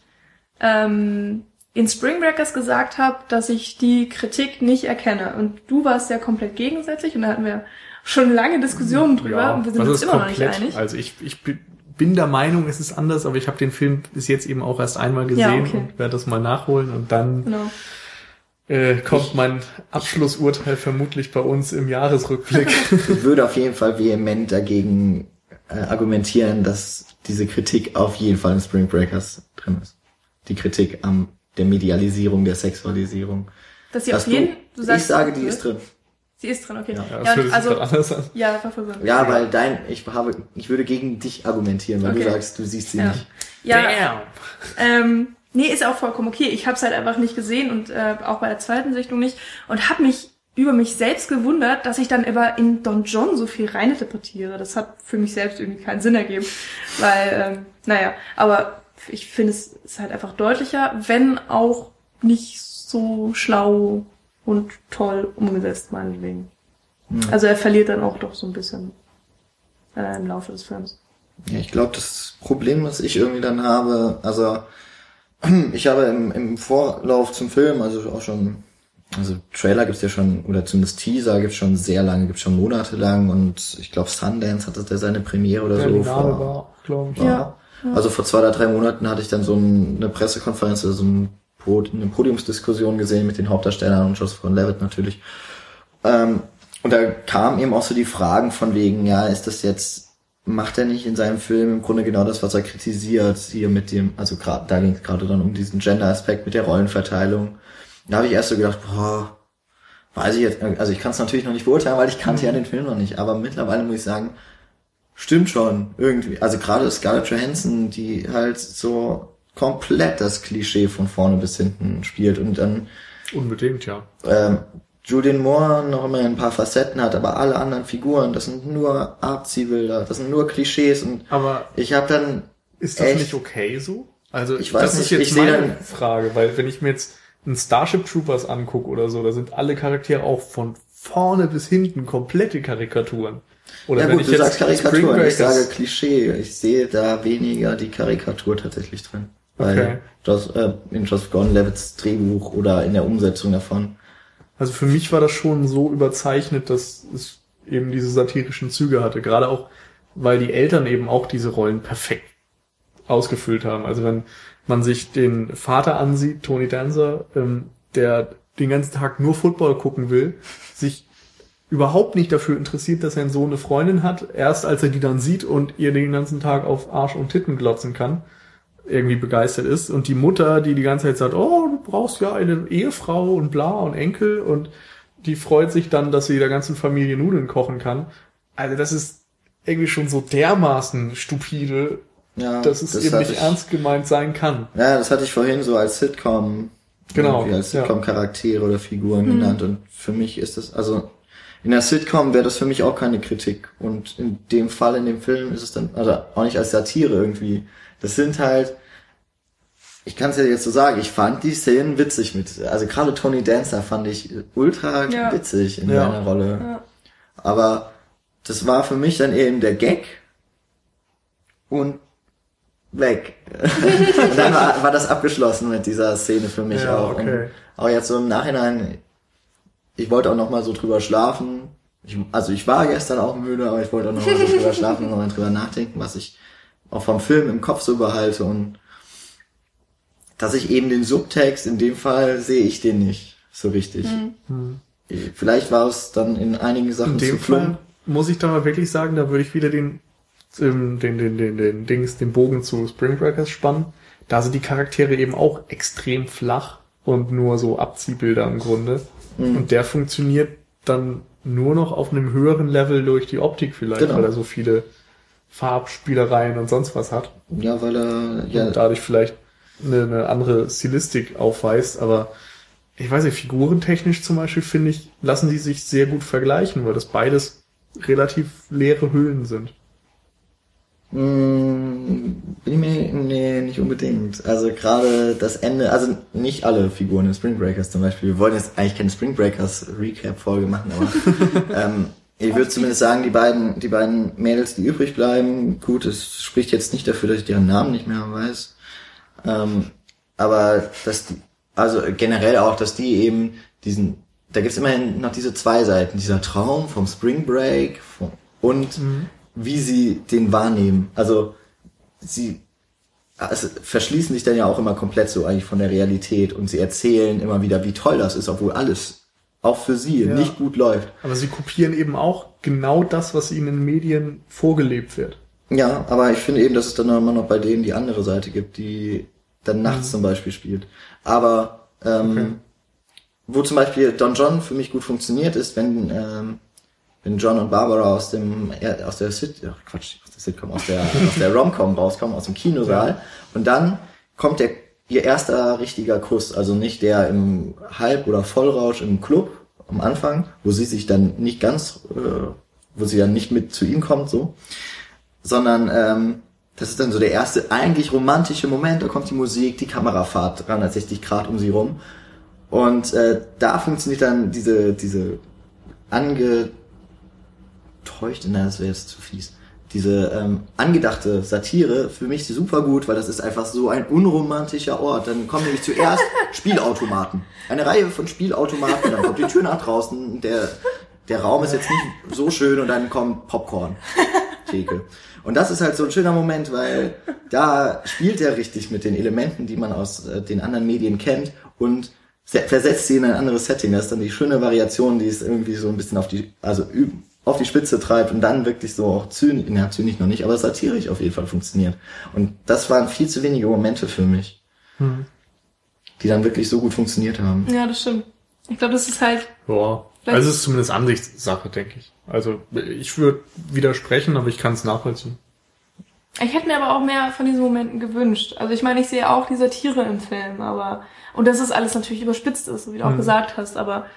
in Spring Breakers gesagt habe, dass ich die Kritik nicht erkenne. Und du warst ja komplett gegensätzlich und da hatten wir schon lange Diskussionen drüber, ja, und wir sind uns immer noch nicht einig. Also ich bin der Meinung, es ist anders, aber ich habe den Film bis jetzt eben auch erst einmal gesehen und werde das mal nachholen und dann kommt mein Abschlussurteil vermutlich bei uns im Jahresrückblick. Ich würde auf jeden Fall vehement dagegen argumentieren, dass diese Kritik auf jeden Fall in Spring Breakers drin ist. Die Kritik der Medialisierung, der Sexualisierung. Dass sie auf jeden, du sagst, ich sage, die ist drin. Sie ist drin, okay. Ja, das hört sich gerade anders an. Ja, versuchen. Ja, weil ich würde gegen dich argumentieren, weil du sagst, du siehst sie nicht. Ja. Nee, ist auch vollkommen okay. Ich habe es halt einfach nicht gesehen und auch bei der zweiten Sichtung nicht und habe mich über mich selbst gewundert, dass ich dann immer in Don John so viel reininterpretiere. Das hat für mich selbst irgendwie keinen Sinn ergeben, weil, aber ich finde, es ist halt einfach deutlicher, wenn auch nicht so schlau und toll umgesetzt, meinetwegen. Ja. Also er verliert dann auch doch so ein bisschen im Laufe des Films. Ja, ich glaube, das Problem, was ich irgendwie dann habe, also ich habe im Vorlauf zum Film, also auch schon, also Trailer gibt's ja schon, oder zumindest Teaser gibt's schon sehr lange, gibt's schon monatelang und ich glaube Sundance hatte seine Premiere oder so vor. Ja. Also vor 2 oder 3 Monaten hatte ich dann so eine Pressekonferenz oder so eine Podiumsdiskussion gesehen mit den Hauptdarstellern und Joseph Gordon-Levitt natürlich. Und da kamen eben auch so die Fragen von wegen, ja, ist das jetzt, macht er nicht in seinem Film im Grunde genau das, was er kritisiert, hier mit dem, also da ging es gerade dann um diesen Gender-Aspekt mit der Rollenverteilung. Da habe ich erst so gedacht, weiß ich jetzt, also ich kann es natürlich noch nicht beurteilen, weil ich kannte ja den Film noch nicht, aber mittlerweile muss ich sagen, stimmt schon, irgendwie. Also gerade Scarlett Johansson, die halt so komplett das Klischee von vorne bis hinten spielt und dann unbedingt, ja. Julianne Moore noch immer ein paar Facetten hat, aber alle anderen Figuren, das sind nur Abziehbilder, das sind nur Klischees und aber ich habe dann ist das nicht okay so? Also ich weiß das nicht, ist jetzt meine Frage, weil wenn ich mir jetzt einen Starship Troopers angucke oder so, da sind alle Charaktere auch von vorne bis hinten komplette Karikaturen. Oder ja wenn gut, ich du jetzt sagst Karikatur, ich sage Klischee. Ich sehe da weniger die Karikatur tatsächlich drin. Weil in Joseph Gordon-Levitts Drehbuch oder in der Umsetzung davon. Also für mich war das schon so überzeichnet, dass es eben diese satirischen Züge hatte. Gerade auch, weil die Eltern eben auch diese Rollen perfekt ausgefüllt haben. Also wenn man sich den Vater ansieht, Tony Danza, der den ganzen Tag nur Football gucken will, sich überhaupt nicht dafür interessiert, dass sein Sohn eine Freundin hat, erst als er die dann sieht und ihr den ganzen Tag auf Arsch und Titten glotzen kann, irgendwie begeistert ist. Und die Mutter, die ganze Zeit sagt, oh, du brauchst ja eine Ehefrau und bla und Enkel, und die freut sich dann, dass sie der ganzen Familie Nudeln kochen kann. Also das ist irgendwie schon so dermaßen stupide, dass es eben nicht ernst gemeint sein kann. Ja, das hatte ich vorhin so als Sitcom, als Sitcom-Charaktere oder Figuren genannt, und für mich ist das, also In der Sitcom wäre das für mich auch keine Kritik. Und in dem Fall, in dem Film, ist es dann, also auch nicht als Satire irgendwie. Das sind halt, ich kann es ja jetzt so sagen, ich fand die Szenen witzig also gerade Tony Dancer fand ich ultra witzig in seiner Rolle. Ja. Aber das war für mich dann eben der Gag und weg. Und dann war das abgeschlossen mit dieser Szene für mich auch. Okay. Und auch jetzt so im Nachhinein, ich wollte auch noch mal so drüber schlafen. Ich war gestern auch müde, aber ich wollte auch noch mal so drüber schlafen und noch mal drüber nachdenken, was ich auch vom Film im Kopf so behalte und dass ich eben den Subtext, in dem Fall sehe ich den nicht so richtig. Vielleicht war es dann in einigen Sachen zu plump. Muss ich da mal wirklich sagen, da würde ich wieder den Bogen zu Spring Breakers spannen. Da sind die Charaktere eben auch extrem flach und nur so Abziehbilder im Grunde. Und der funktioniert dann nur noch auf einem höheren Level durch die Optik vielleicht, weil er so viele Farbspielereien und sonst was hat. Ja, weil er und dadurch vielleicht eine andere Stilistik aufweist, aber ich weiß nicht, figurentechnisch zum Beispiel, finde ich, lassen die sich sehr gut vergleichen, weil das beides relativ leere Hüllen sind. Nee, nicht unbedingt. Also gerade das Ende, also nicht alle Figuren in Spring Breakers zum Beispiel. Wir wollen jetzt eigentlich keine Spring Breakers Recap-Folge machen, aber ich würde zumindest sagen, die beiden Mädels, die übrig bleiben, gut, es spricht jetzt nicht dafür, dass ich deren Namen nicht mehr weiß. Aber also generell auch, dass die eben da gibt's immerhin noch diese zwei Seiten, dieser Traum vom Spring Break und wie sie den wahrnehmen. Also sie verschließen sich dann ja auch immer komplett so eigentlich von der Realität und sie erzählen immer wieder, wie toll das ist, obwohl alles auch für sie nicht gut läuft. Aber sie kopieren eben auch genau das, was ihnen in den Medien vorgelebt wird. Ja, aber ich finde eben, dass es dann immer noch bei denen die andere Seite gibt, die dann nachts zum Beispiel spielt. Aber wo zum Beispiel Don John für mich gut funktioniert, ist, wenn John und Barbara aus der Rom-Com rauskommen, aus dem Kinosaal, und dann kommt ihr erster richtiger Kuss, also nicht der im Halb- oder Vollrausch im Club am Anfang, wo sie sich dann nicht wo sie dann nicht mit zu ihm kommt, so, sondern das ist dann so der erste eigentlich romantische Moment, da kommt die Musik, die Kamerafahrt 360 Grad um sie rum und da funktioniert dann diese das wäre jetzt zu fies, diese angedachte Satire für mich super gut, weil das ist einfach so ein unromantischer Ort. Dann kommen nämlich zuerst Spielautomaten, eine Reihe von Spielautomaten, dann kommt die Tür nach draußen, der Raum ist jetzt nicht so schön und dann kommt Popcorn-Theke. Und das ist halt so ein schöner Moment, weil da spielt er richtig mit den Elementen, die man aus den anderen Medien kennt und versetzt sie in ein anderes Setting. Das ist dann die schöne Variation, die es irgendwie so ein bisschen auf die Spitze treibt und dann wirklich so auch zynisch noch nicht, aber satirisch auf jeden Fall funktioniert. Und das waren viel zu wenige Momente für mich, die dann wirklich so gut funktioniert haben. Ja, das stimmt. Ich glaube, das ist halt... Ja, also es ist zumindest Ansichtssache, denke ich. Also ich würde widersprechen, aber ich kann es nachvollziehen. Ich hätte mir aber auch mehr von diesen Momenten gewünscht. Also ich meine, ich sehe auch die Satire im Film, und dass es alles natürlich überspitzt ist, so wie du auch gesagt hast, aber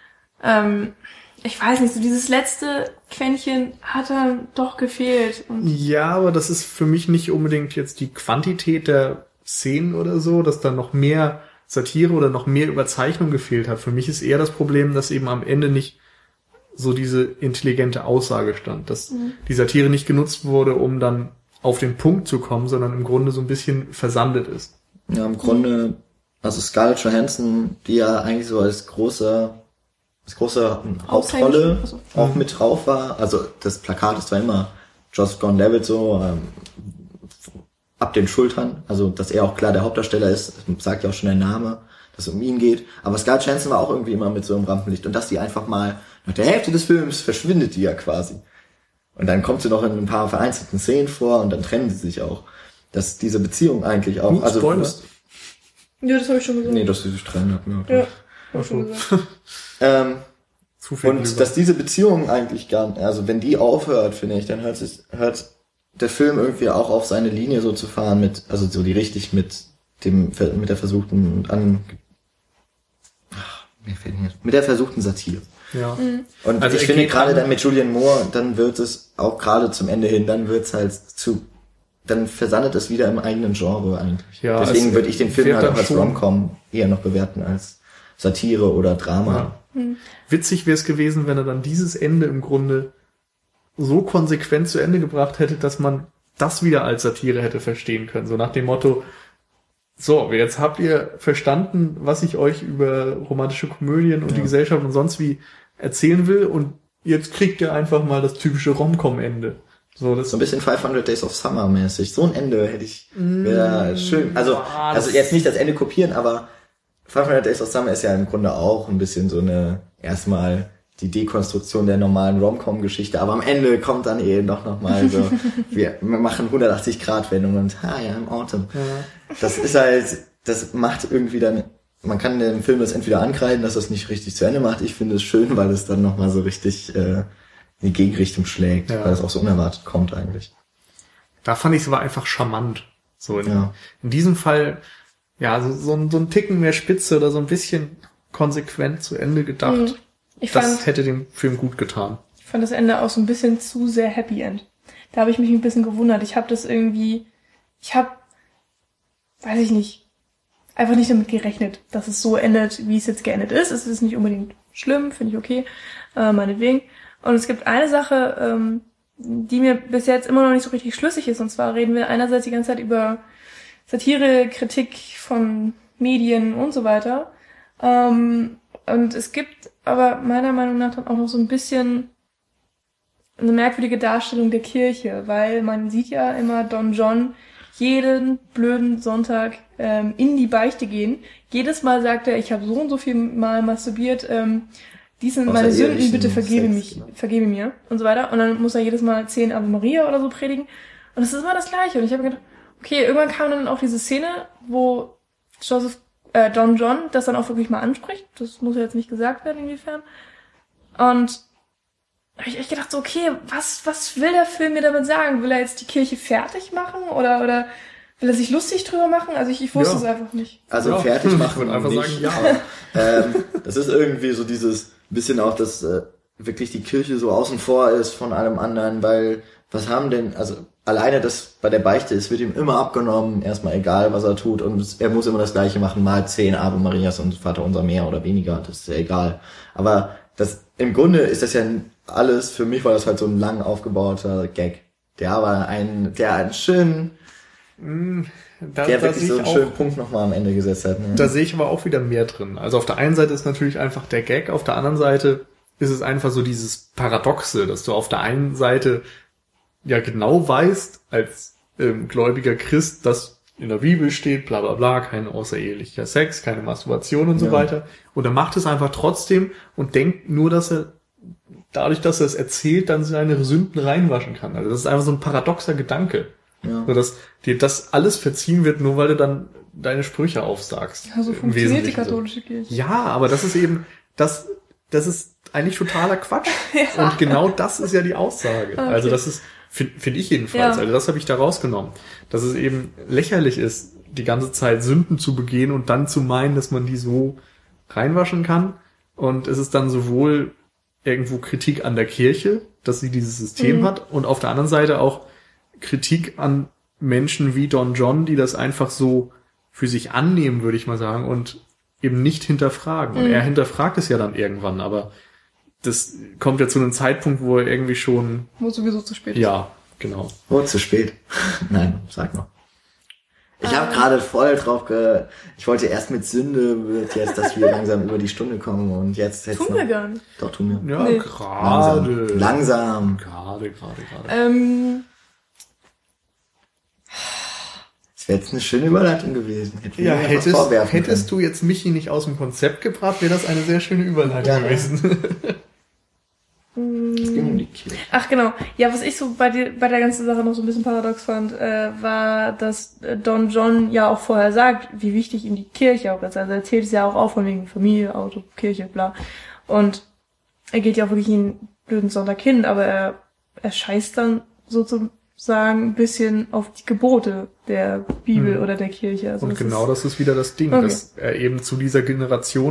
ich weiß nicht, so dieses letzte Quäntchen hat dann doch gefehlt. Ja, aber das ist für mich nicht unbedingt jetzt die Quantität der Szenen oder so, dass da noch mehr Satire oder noch mehr Überzeichnung gefehlt hat. Für mich ist eher das Problem, dass eben am Ende nicht so diese intelligente Aussage stand, dass die Satire nicht genutzt wurde, um dann auf den Punkt zu kommen, sondern im Grunde so ein bisschen versandet ist. Ja, im Grunde, also Scarlett Johansson, die ja eigentlich so als große Hauptrolle auch mit drauf war. Also das Plakat ist zwar immer Joseph Gordon-Levitt so ab den Schultern, also dass er auch klar der Hauptdarsteller ist, das sagt ja auch schon der Name, dass es um ihn geht. Aber Scarlett Johansson war auch irgendwie immer mit so einem Rampenlicht und dass die einfach mal nach der Hälfte des Films verschwindet die ja quasi. Und dann kommt sie noch in ein paar vereinzelten Szenen vor und dann trennen sie sich auch. Dass diese Beziehung eigentlich auch... Spoiler. Ja, das habe ich schon gesagt. Nee, dass sie sich trennen hat mir auch ja, hab ich schon gesagt. Und dass diese Beziehung eigentlich gar nicht, also wenn die aufhört, finde ich, dann hört der Film irgendwie auch auf seine Linie so zu fahren mit, also so die richtig mit der versuchten mit der versuchten Satire. Ja. Und also ich finde gerade dann mit Julianne Moore, dann wird es auch gerade zum Ende hin, dann versandet es wieder im eigenen Genre eigentlich. Ja, deswegen würde ich den Film halt auch als Rom-Com eher noch bewerten als Satire oder Drama. Ja. Witzig wäre es gewesen, wenn er dann dieses Ende im Grunde so konsequent zu Ende gebracht hätte, dass man das wieder als Satire hätte verstehen können. So nach dem Motto, so, jetzt habt ihr verstanden, was ich euch über romantische Komödien und die Gesellschaft und sonst wie erzählen will und jetzt kriegt ihr einfach mal das typische Rom-Com-Ende. So ein bisschen 500 Days of Summer mäßig. So ein Ende hätte ich, wäre schön. Also jetzt nicht das Ende kopieren, aber 500 Days of Summer ist ja im Grunde auch ein bisschen so eine, erstmal die Dekonstruktion der normalen Rom-Com-Geschichte, aber am Ende kommt dann eben doch nochmal so, wir machen 180-Grad-Wendung und im Autumn. Ja. Das ist halt, das macht irgendwie dann, man kann dem Film das entweder ankreiden, dass das nicht richtig zu Ende macht. Ich finde es schön, weil es dann nochmal so richtig in die Gegenrichtung schlägt, weil es auch so unerwartet kommt eigentlich. Da fand ich es aber einfach charmant. So in diesem Fall, so ein Ticken mehr Spitze oder so ein bisschen konsequent zu Ende gedacht. Das hätte dem Film gut getan. Ich fand das Ende auch so ein bisschen zu sehr Happy End. Da habe ich mich ein bisschen gewundert. Weiß ich nicht, einfach nicht damit gerechnet, dass es so endet, wie es jetzt geendet ist. Es ist nicht unbedingt schlimm, finde ich okay, meinetwegen. Und es gibt eine Sache, die mir bis jetzt immer noch nicht so richtig schlüssig ist. Und zwar reden wir einerseits die ganze Zeit über Satire, Kritik von Medien und so weiter. Und es gibt aber meiner Meinung nach dann auch noch so ein bisschen eine merkwürdige Darstellung der Kirche, weil man sieht ja immer Don John jeden blöden Sonntag in die Beichte gehen. Jedes Mal sagt er, ich habe so und so viel Mal masturbiert, dies sind meine Sünden, bitte vergebe mir und so weiter. Und dann muss er jedes Mal 10 Ave Maria oder so predigen. Und es ist immer das Gleiche. Und ich habe gedacht, okay, irgendwann kam dann auch diese Szene, wo Don John das dann auch wirklich mal anspricht. Das muss ja jetzt nicht gesagt werden, inwiefern. Und habe ich echt gedacht, so, okay, was will der Film mir damit sagen? Will er jetzt die Kirche fertig machen? Oder will er sich lustig drüber machen? Also ich wusste es einfach nicht. Also fertig machen und einfach nicht. Sagen, das ist irgendwie so dieses bisschen auch, dass wirklich die Kirche so außen vor ist von allem anderen, weil was haben denn, also alleine das bei der Beichte, es wird ihm immer abgenommen, erstmal egal, was er tut, und er muss immer das Gleiche machen, mal 10 Ave Marias und Vater unser mehr oder weniger, das ist ja egal. Aber das, im Grunde ist das ja alles, für mich war das halt so ein lang aufgebauter Gag. Der einen schönen, der wirklich so einen schönen Punkt nochmal am Ende gesetzt hat. Ne? Da sehe ich aber auch wieder mehr drin. Also auf der einen Seite ist natürlich einfach der Gag, auf der anderen Seite ist es einfach so dieses Paradoxe, dass du auf der einen Seite ja genau weißt, als gläubiger Christ, dass in der Bibel steht, bla bla bla, kein außerehelicher Sex, keine Masturbation und so weiter. Und er macht es einfach trotzdem und denkt nur, dass er dadurch, dass er es erzählt, dann seine Sünden reinwaschen kann. Also das ist einfach so ein paradoxer Gedanke. Ja. So, dass dir das alles verziehen wird, nur weil du dann deine Sprüche aufsagst. Ja, so funktioniert die katholische Kirche. Ja, aber das ist eben, das ist eigentlich totaler Quatsch. Ja. Und genau das ist ja die Aussage. Okay. Also das ist, finde ich jedenfalls, also das habe ich da rausgenommen. Dass es eben lächerlich ist, die ganze Zeit Sünden zu begehen und dann zu meinen, dass man die so reinwaschen kann. Und es ist dann sowohl irgendwo Kritik an der Kirche, dass sie dieses System hat, und auf der anderen Seite auch Kritik an Menschen wie Don John, die das einfach so für sich annehmen, würde ich mal sagen, und eben nicht hinterfragen. Und er hinterfragt es ja dann irgendwann, aber das kommt ja zu einem Zeitpunkt, wo er irgendwie schon... Wo sowieso zu spät ist. Ja, genau. Wo zu spät? Nein, sag noch. Ich habe gerade voll drauf ich wollte erst mit Sünde, wird jetzt, dass wir langsam über die Stunde kommen, und jetzt... Tun wir gar nicht. Doch, tun wir. Ja, nee. Gerade. Langsam. Gerade. Das wäre jetzt eine schöne Überleitung gewesen. Hättest du jetzt Michi nicht aus dem Konzept gebracht, wäre das eine sehr schöne Überleitung gewesen. Es ging um die Kirche. Ach genau. Ja, was ich so bei der ganzen Sache noch so ein bisschen paradox fand, war, dass Don John ja auch vorher sagt, wie wichtig ihm die Kirche auch ist. Also er zählt es ja auch auf von wegen Familie, Auto, Kirche, bla. Und er geht ja auch wirklich einen blöden Sonntag hin, aber er scheißt dann sozusagen ein bisschen auf die Gebote der Bibel oder der Kirche. Also und genau das ist wieder das Ding, dass er eben zu dieser Generation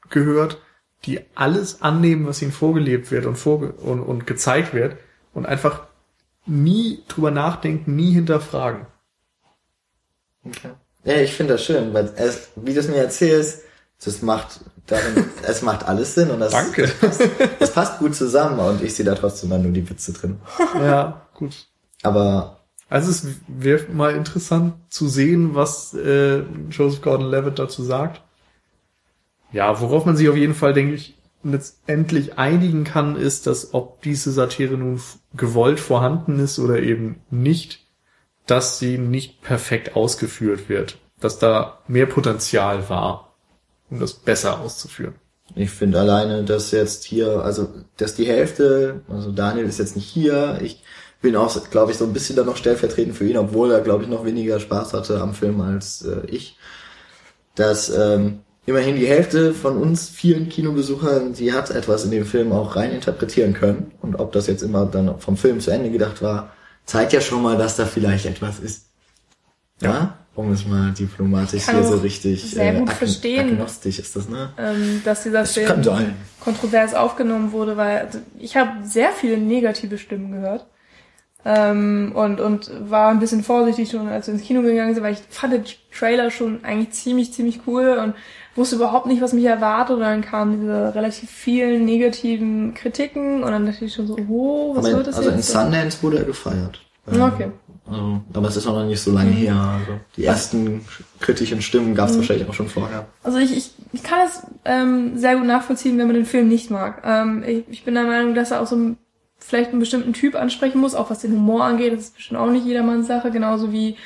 gehört, die alles annehmen, was ihnen vorgelebt wird und gezeigt wird und einfach nie drüber nachdenken, nie hinterfragen. Okay. Ja, ich finde das schön, weil wie du es mir erzählst, es macht alles Sinn und Danke. Das passt gut zusammen und ich sehe da trotzdem dann nur die Witze drin. Ja, gut. Aber also es wäre mal interessant zu sehen, was Joseph Gordon-Levitt dazu sagt. Ja, worauf man sich auf jeden Fall, denke ich, letztendlich einigen kann, ist, dass ob diese Satire nun gewollt vorhanden ist oder eben nicht, dass sie nicht perfekt ausgeführt wird. Dass da mehr Potenzial war, um das besser auszuführen. Ich finde alleine, dass jetzt hier, also dass die Hälfte, also Daniel ist jetzt nicht hier, ich bin auch, glaube ich, so ein bisschen dann noch stellvertretend für ihn, obwohl er, glaube ich, noch weniger Spaß hatte am Film als ich, dass immerhin die Hälfte von uns vielen Kinobesuchern, die hat etwas in den Film auch rein interpretieren können und ob das jetzt immer dann vom Film zu Ende gedacht war, zeigt ja schon mal, dass da vielleicht etwas ist. Ja? Um es mal diplomatisch hier so richtig sehr gut verstehen, agnostisch ist das, ne? Dass dieser Film kontrovers aufgenommen wurde, weil ich habe sehr viele negative Stimmen gehört und war ein bisschen vorsichtig schon, als wir ins Kino gegangen sind, weil ich fand den Trailer schon eigentlich ziemlich cool und wusste überhaupt nicht, was mich erwartet und dann kamen diese relativ vielen negativen Kritiken und dann dachte ich schon so, was wird das jetzt? Also in Sundance wurde er gefeiert. Okay. Also, aber es ist auch noch nicht so lange her. Also die ersten kritischen Stimmen gab es wahrscheinlich auch schon vorher. Also ich kann es sehr gut nachvollziehen, wenn man den Film nicht mag. Ich bin der Meinung, dass er auch so vielleicht einen bestimmten Typ ansprechen muss, auch was den Humor angeht. Das ist bestimmt auch nicht jedermanns Sache, genauso wie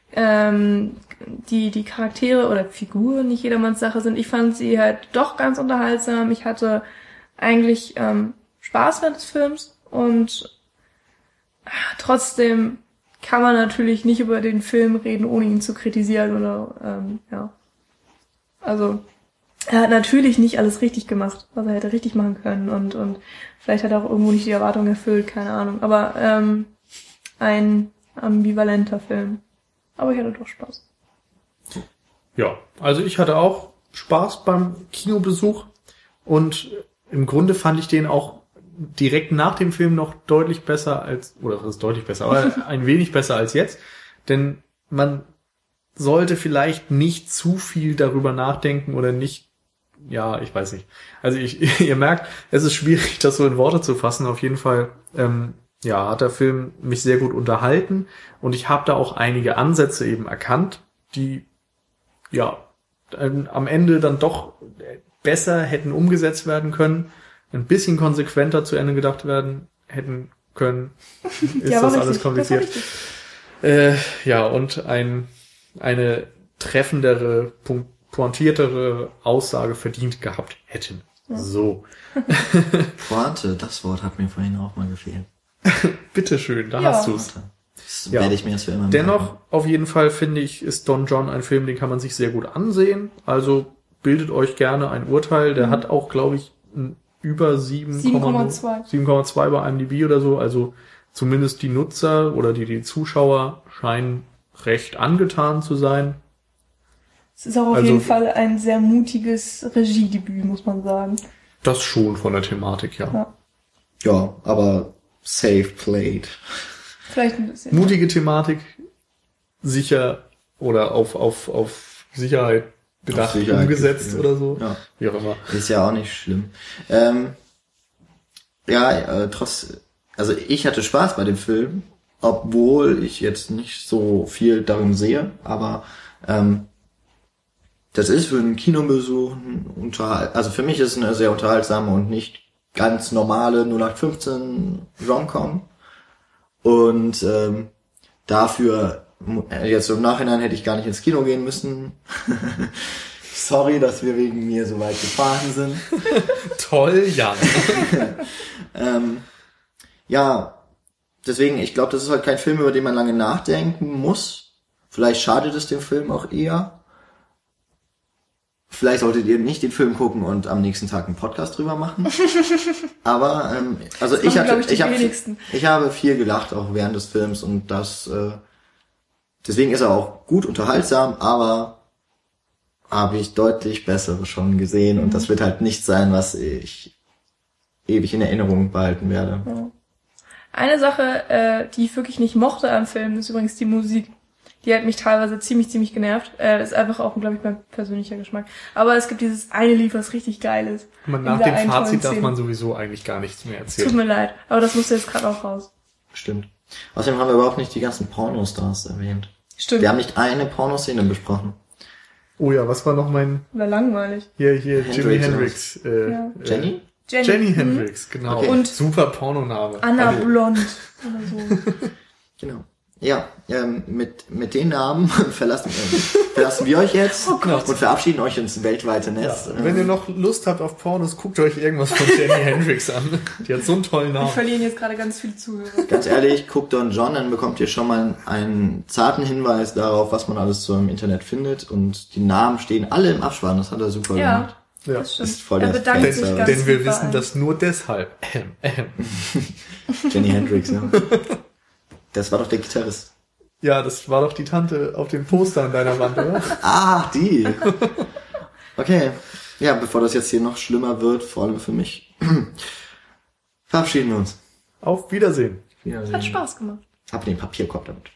die Charaktere oder Figuren nicht jedermanns Sache sind. Ich fand sie halt doch ganz unterhaltsam. Ich hatte eigentlich Spaß während des Films und trotzdem kann man natürlich nicht über den Film reden, ohne ihn zu kritisieren oder ja. Also er hat natürlich nicht alles richtig gemacht, was er hätte richtig machen können und vielleicht hat er auch irgendwo nicht die Erwartung erfüllt, keine Ahnung. Aber ein ambivalenter Film. Aber ich hatte doch Spaß. Ja, also ich hatte auch Spaß beim Kinobesuch und im Grunde fand ich den auch direkt nach dem Film noch deutlich besser als, oder das ist deutlich besser, aber ein wenig besser als jetzt, denn man sollte vielleicht nicht zu viel darüber nachdenken oder nicht, ja, ich weiß nicht. Also ihr merkt, es ist schwierig, das so in Worte zu fassen. Auf jeden Fall, hat der Film mich sehr gut unterhalten und ich habe da auch einige Ansätze eben erkannt, die, ja, am Ende dann doch besser hätten umgesetzt werden können, ein bisschen konsequenter zu Ende gedacht werden hätten können. Ist ja, das richtig, alles kompliziert? Und eine treffendere, pointiertere Aussage verdient gehabt hätten. Ja. So. Pointe, das Wort hat mir vorhin auch mal gefehlt. Bitteschön, da hast du's. Das werde ich mir jetzt für immer Dennoch, machen. Auf jeden Fall finde ich, ist Don John ein Film, den kann man sich sehr gut ansehen. Also bildet euch gerne ein Urteil. Der hat auch, glaube ich, über 7,2 bei IMDb oder so. Also zumindest die Nutzer oder die Zuschauer scheinen recht angetan zu sein. Es ist auch auf jeden Fall ein sehr mutiges Regiedebüt, muss man sagen. Das schon von der Thematik, ja. Ja, aber safe played. Vielleicht ein bisschen. Mutige Thematik, sicher oder auf Sicherheit bedacht, umgesetzt oder so. Ja. Wie auch immer. Ist ja auch nicht schlimm. Also ich hatte Spaß bei dem Film, obwohl ich jetzt nicht so viel darin sehe, aber das ist für einen Kinobesuch also für mich ist es eine sehr unterhaltsame und nicht ganz normale 0815 Rom-Com. Und dafür, jetzt im Nachhinein hätte ich gar nicht ins Kino gehen müssen. Sorry, dass wir wegen mir so weit gefahren sind. Toll, Jan. Deswegen, ich glaube, das ist halt kein Film, über den man lange nachdenken muss. Vielleicht schadet es dem Film auch eher. Vielleicht solltet ihr nicht den Film gucken und am nächsten Tag einen Podcast drüber machen. Aber ich habe viel gelacht auch während des Films und deswegen ist er auch gut unterhaltsam, aber habe ich deutlich bessere schon gesehen und das wird halt nicht sein, was ich ewig in Erinnerung behalten werde. Ja. Eine Sache, die ich wirklich nicht mochte am Film, ist übrigens die Musik. Die hat mich teilweise ziemlich genervt. Ist einfach auch, glaube ich, mein persönlicher Geschmack. Aber es gibt dieses eine Lied, was richtig geil ist. Nach dem Fazit darf man sowieso eigentlich gar nichts mehr erzählen. Tut mir leid, aber das musste jetzt gerade auch raus. Stimmt. Außerdem haben wir überhaupt nicht die ganzen Pornostars erwähnt. Stimmt. Wir haben nicht eine Pornoszene besprochen. Oh ja, was war noch War langweilig. Hier, Jimi Hendrix. Ja. Jenny? Jenny Hendrix, genau. Okay. Und super Pornoname. Anna Blond oder so. Genau. Ja, mit den Namen verlassen wir euch jetzt und verabschieden euch ins weltweite Netz. Ja, wenn ihr noch Lust habt auf Pornos, guckt euch irgendwas von Jenny Hendrix an. Die hat so einen tollen Namen. Wir verlieren jetzt gerade ganz viele Zuhörer. Ganz ehrlich, guckt Don John, dann bekommt ihr schon mal einen zarten Hinweis darauf, was man alles so im Internet findet. Und die Namen stehen alle im Abspann. Das hat er super gemacht. Ja, das stimmt. Ist voll der bedankt sich ganz denn wir wissen das nur deshalb. Jenny Hendrix, ja. Das war doch der Gitarrist. Ja, das war doch die Tante auf dem Poster an deiner Wand, oder? Ah, die. Okay. Ja, bevor das jetzt hier noch schlimmer wird, vor allem für mich, verabschieden wir uns. Auf Wiedersehen. Hat Spaß gemacht. Hab den Papierkorb damit.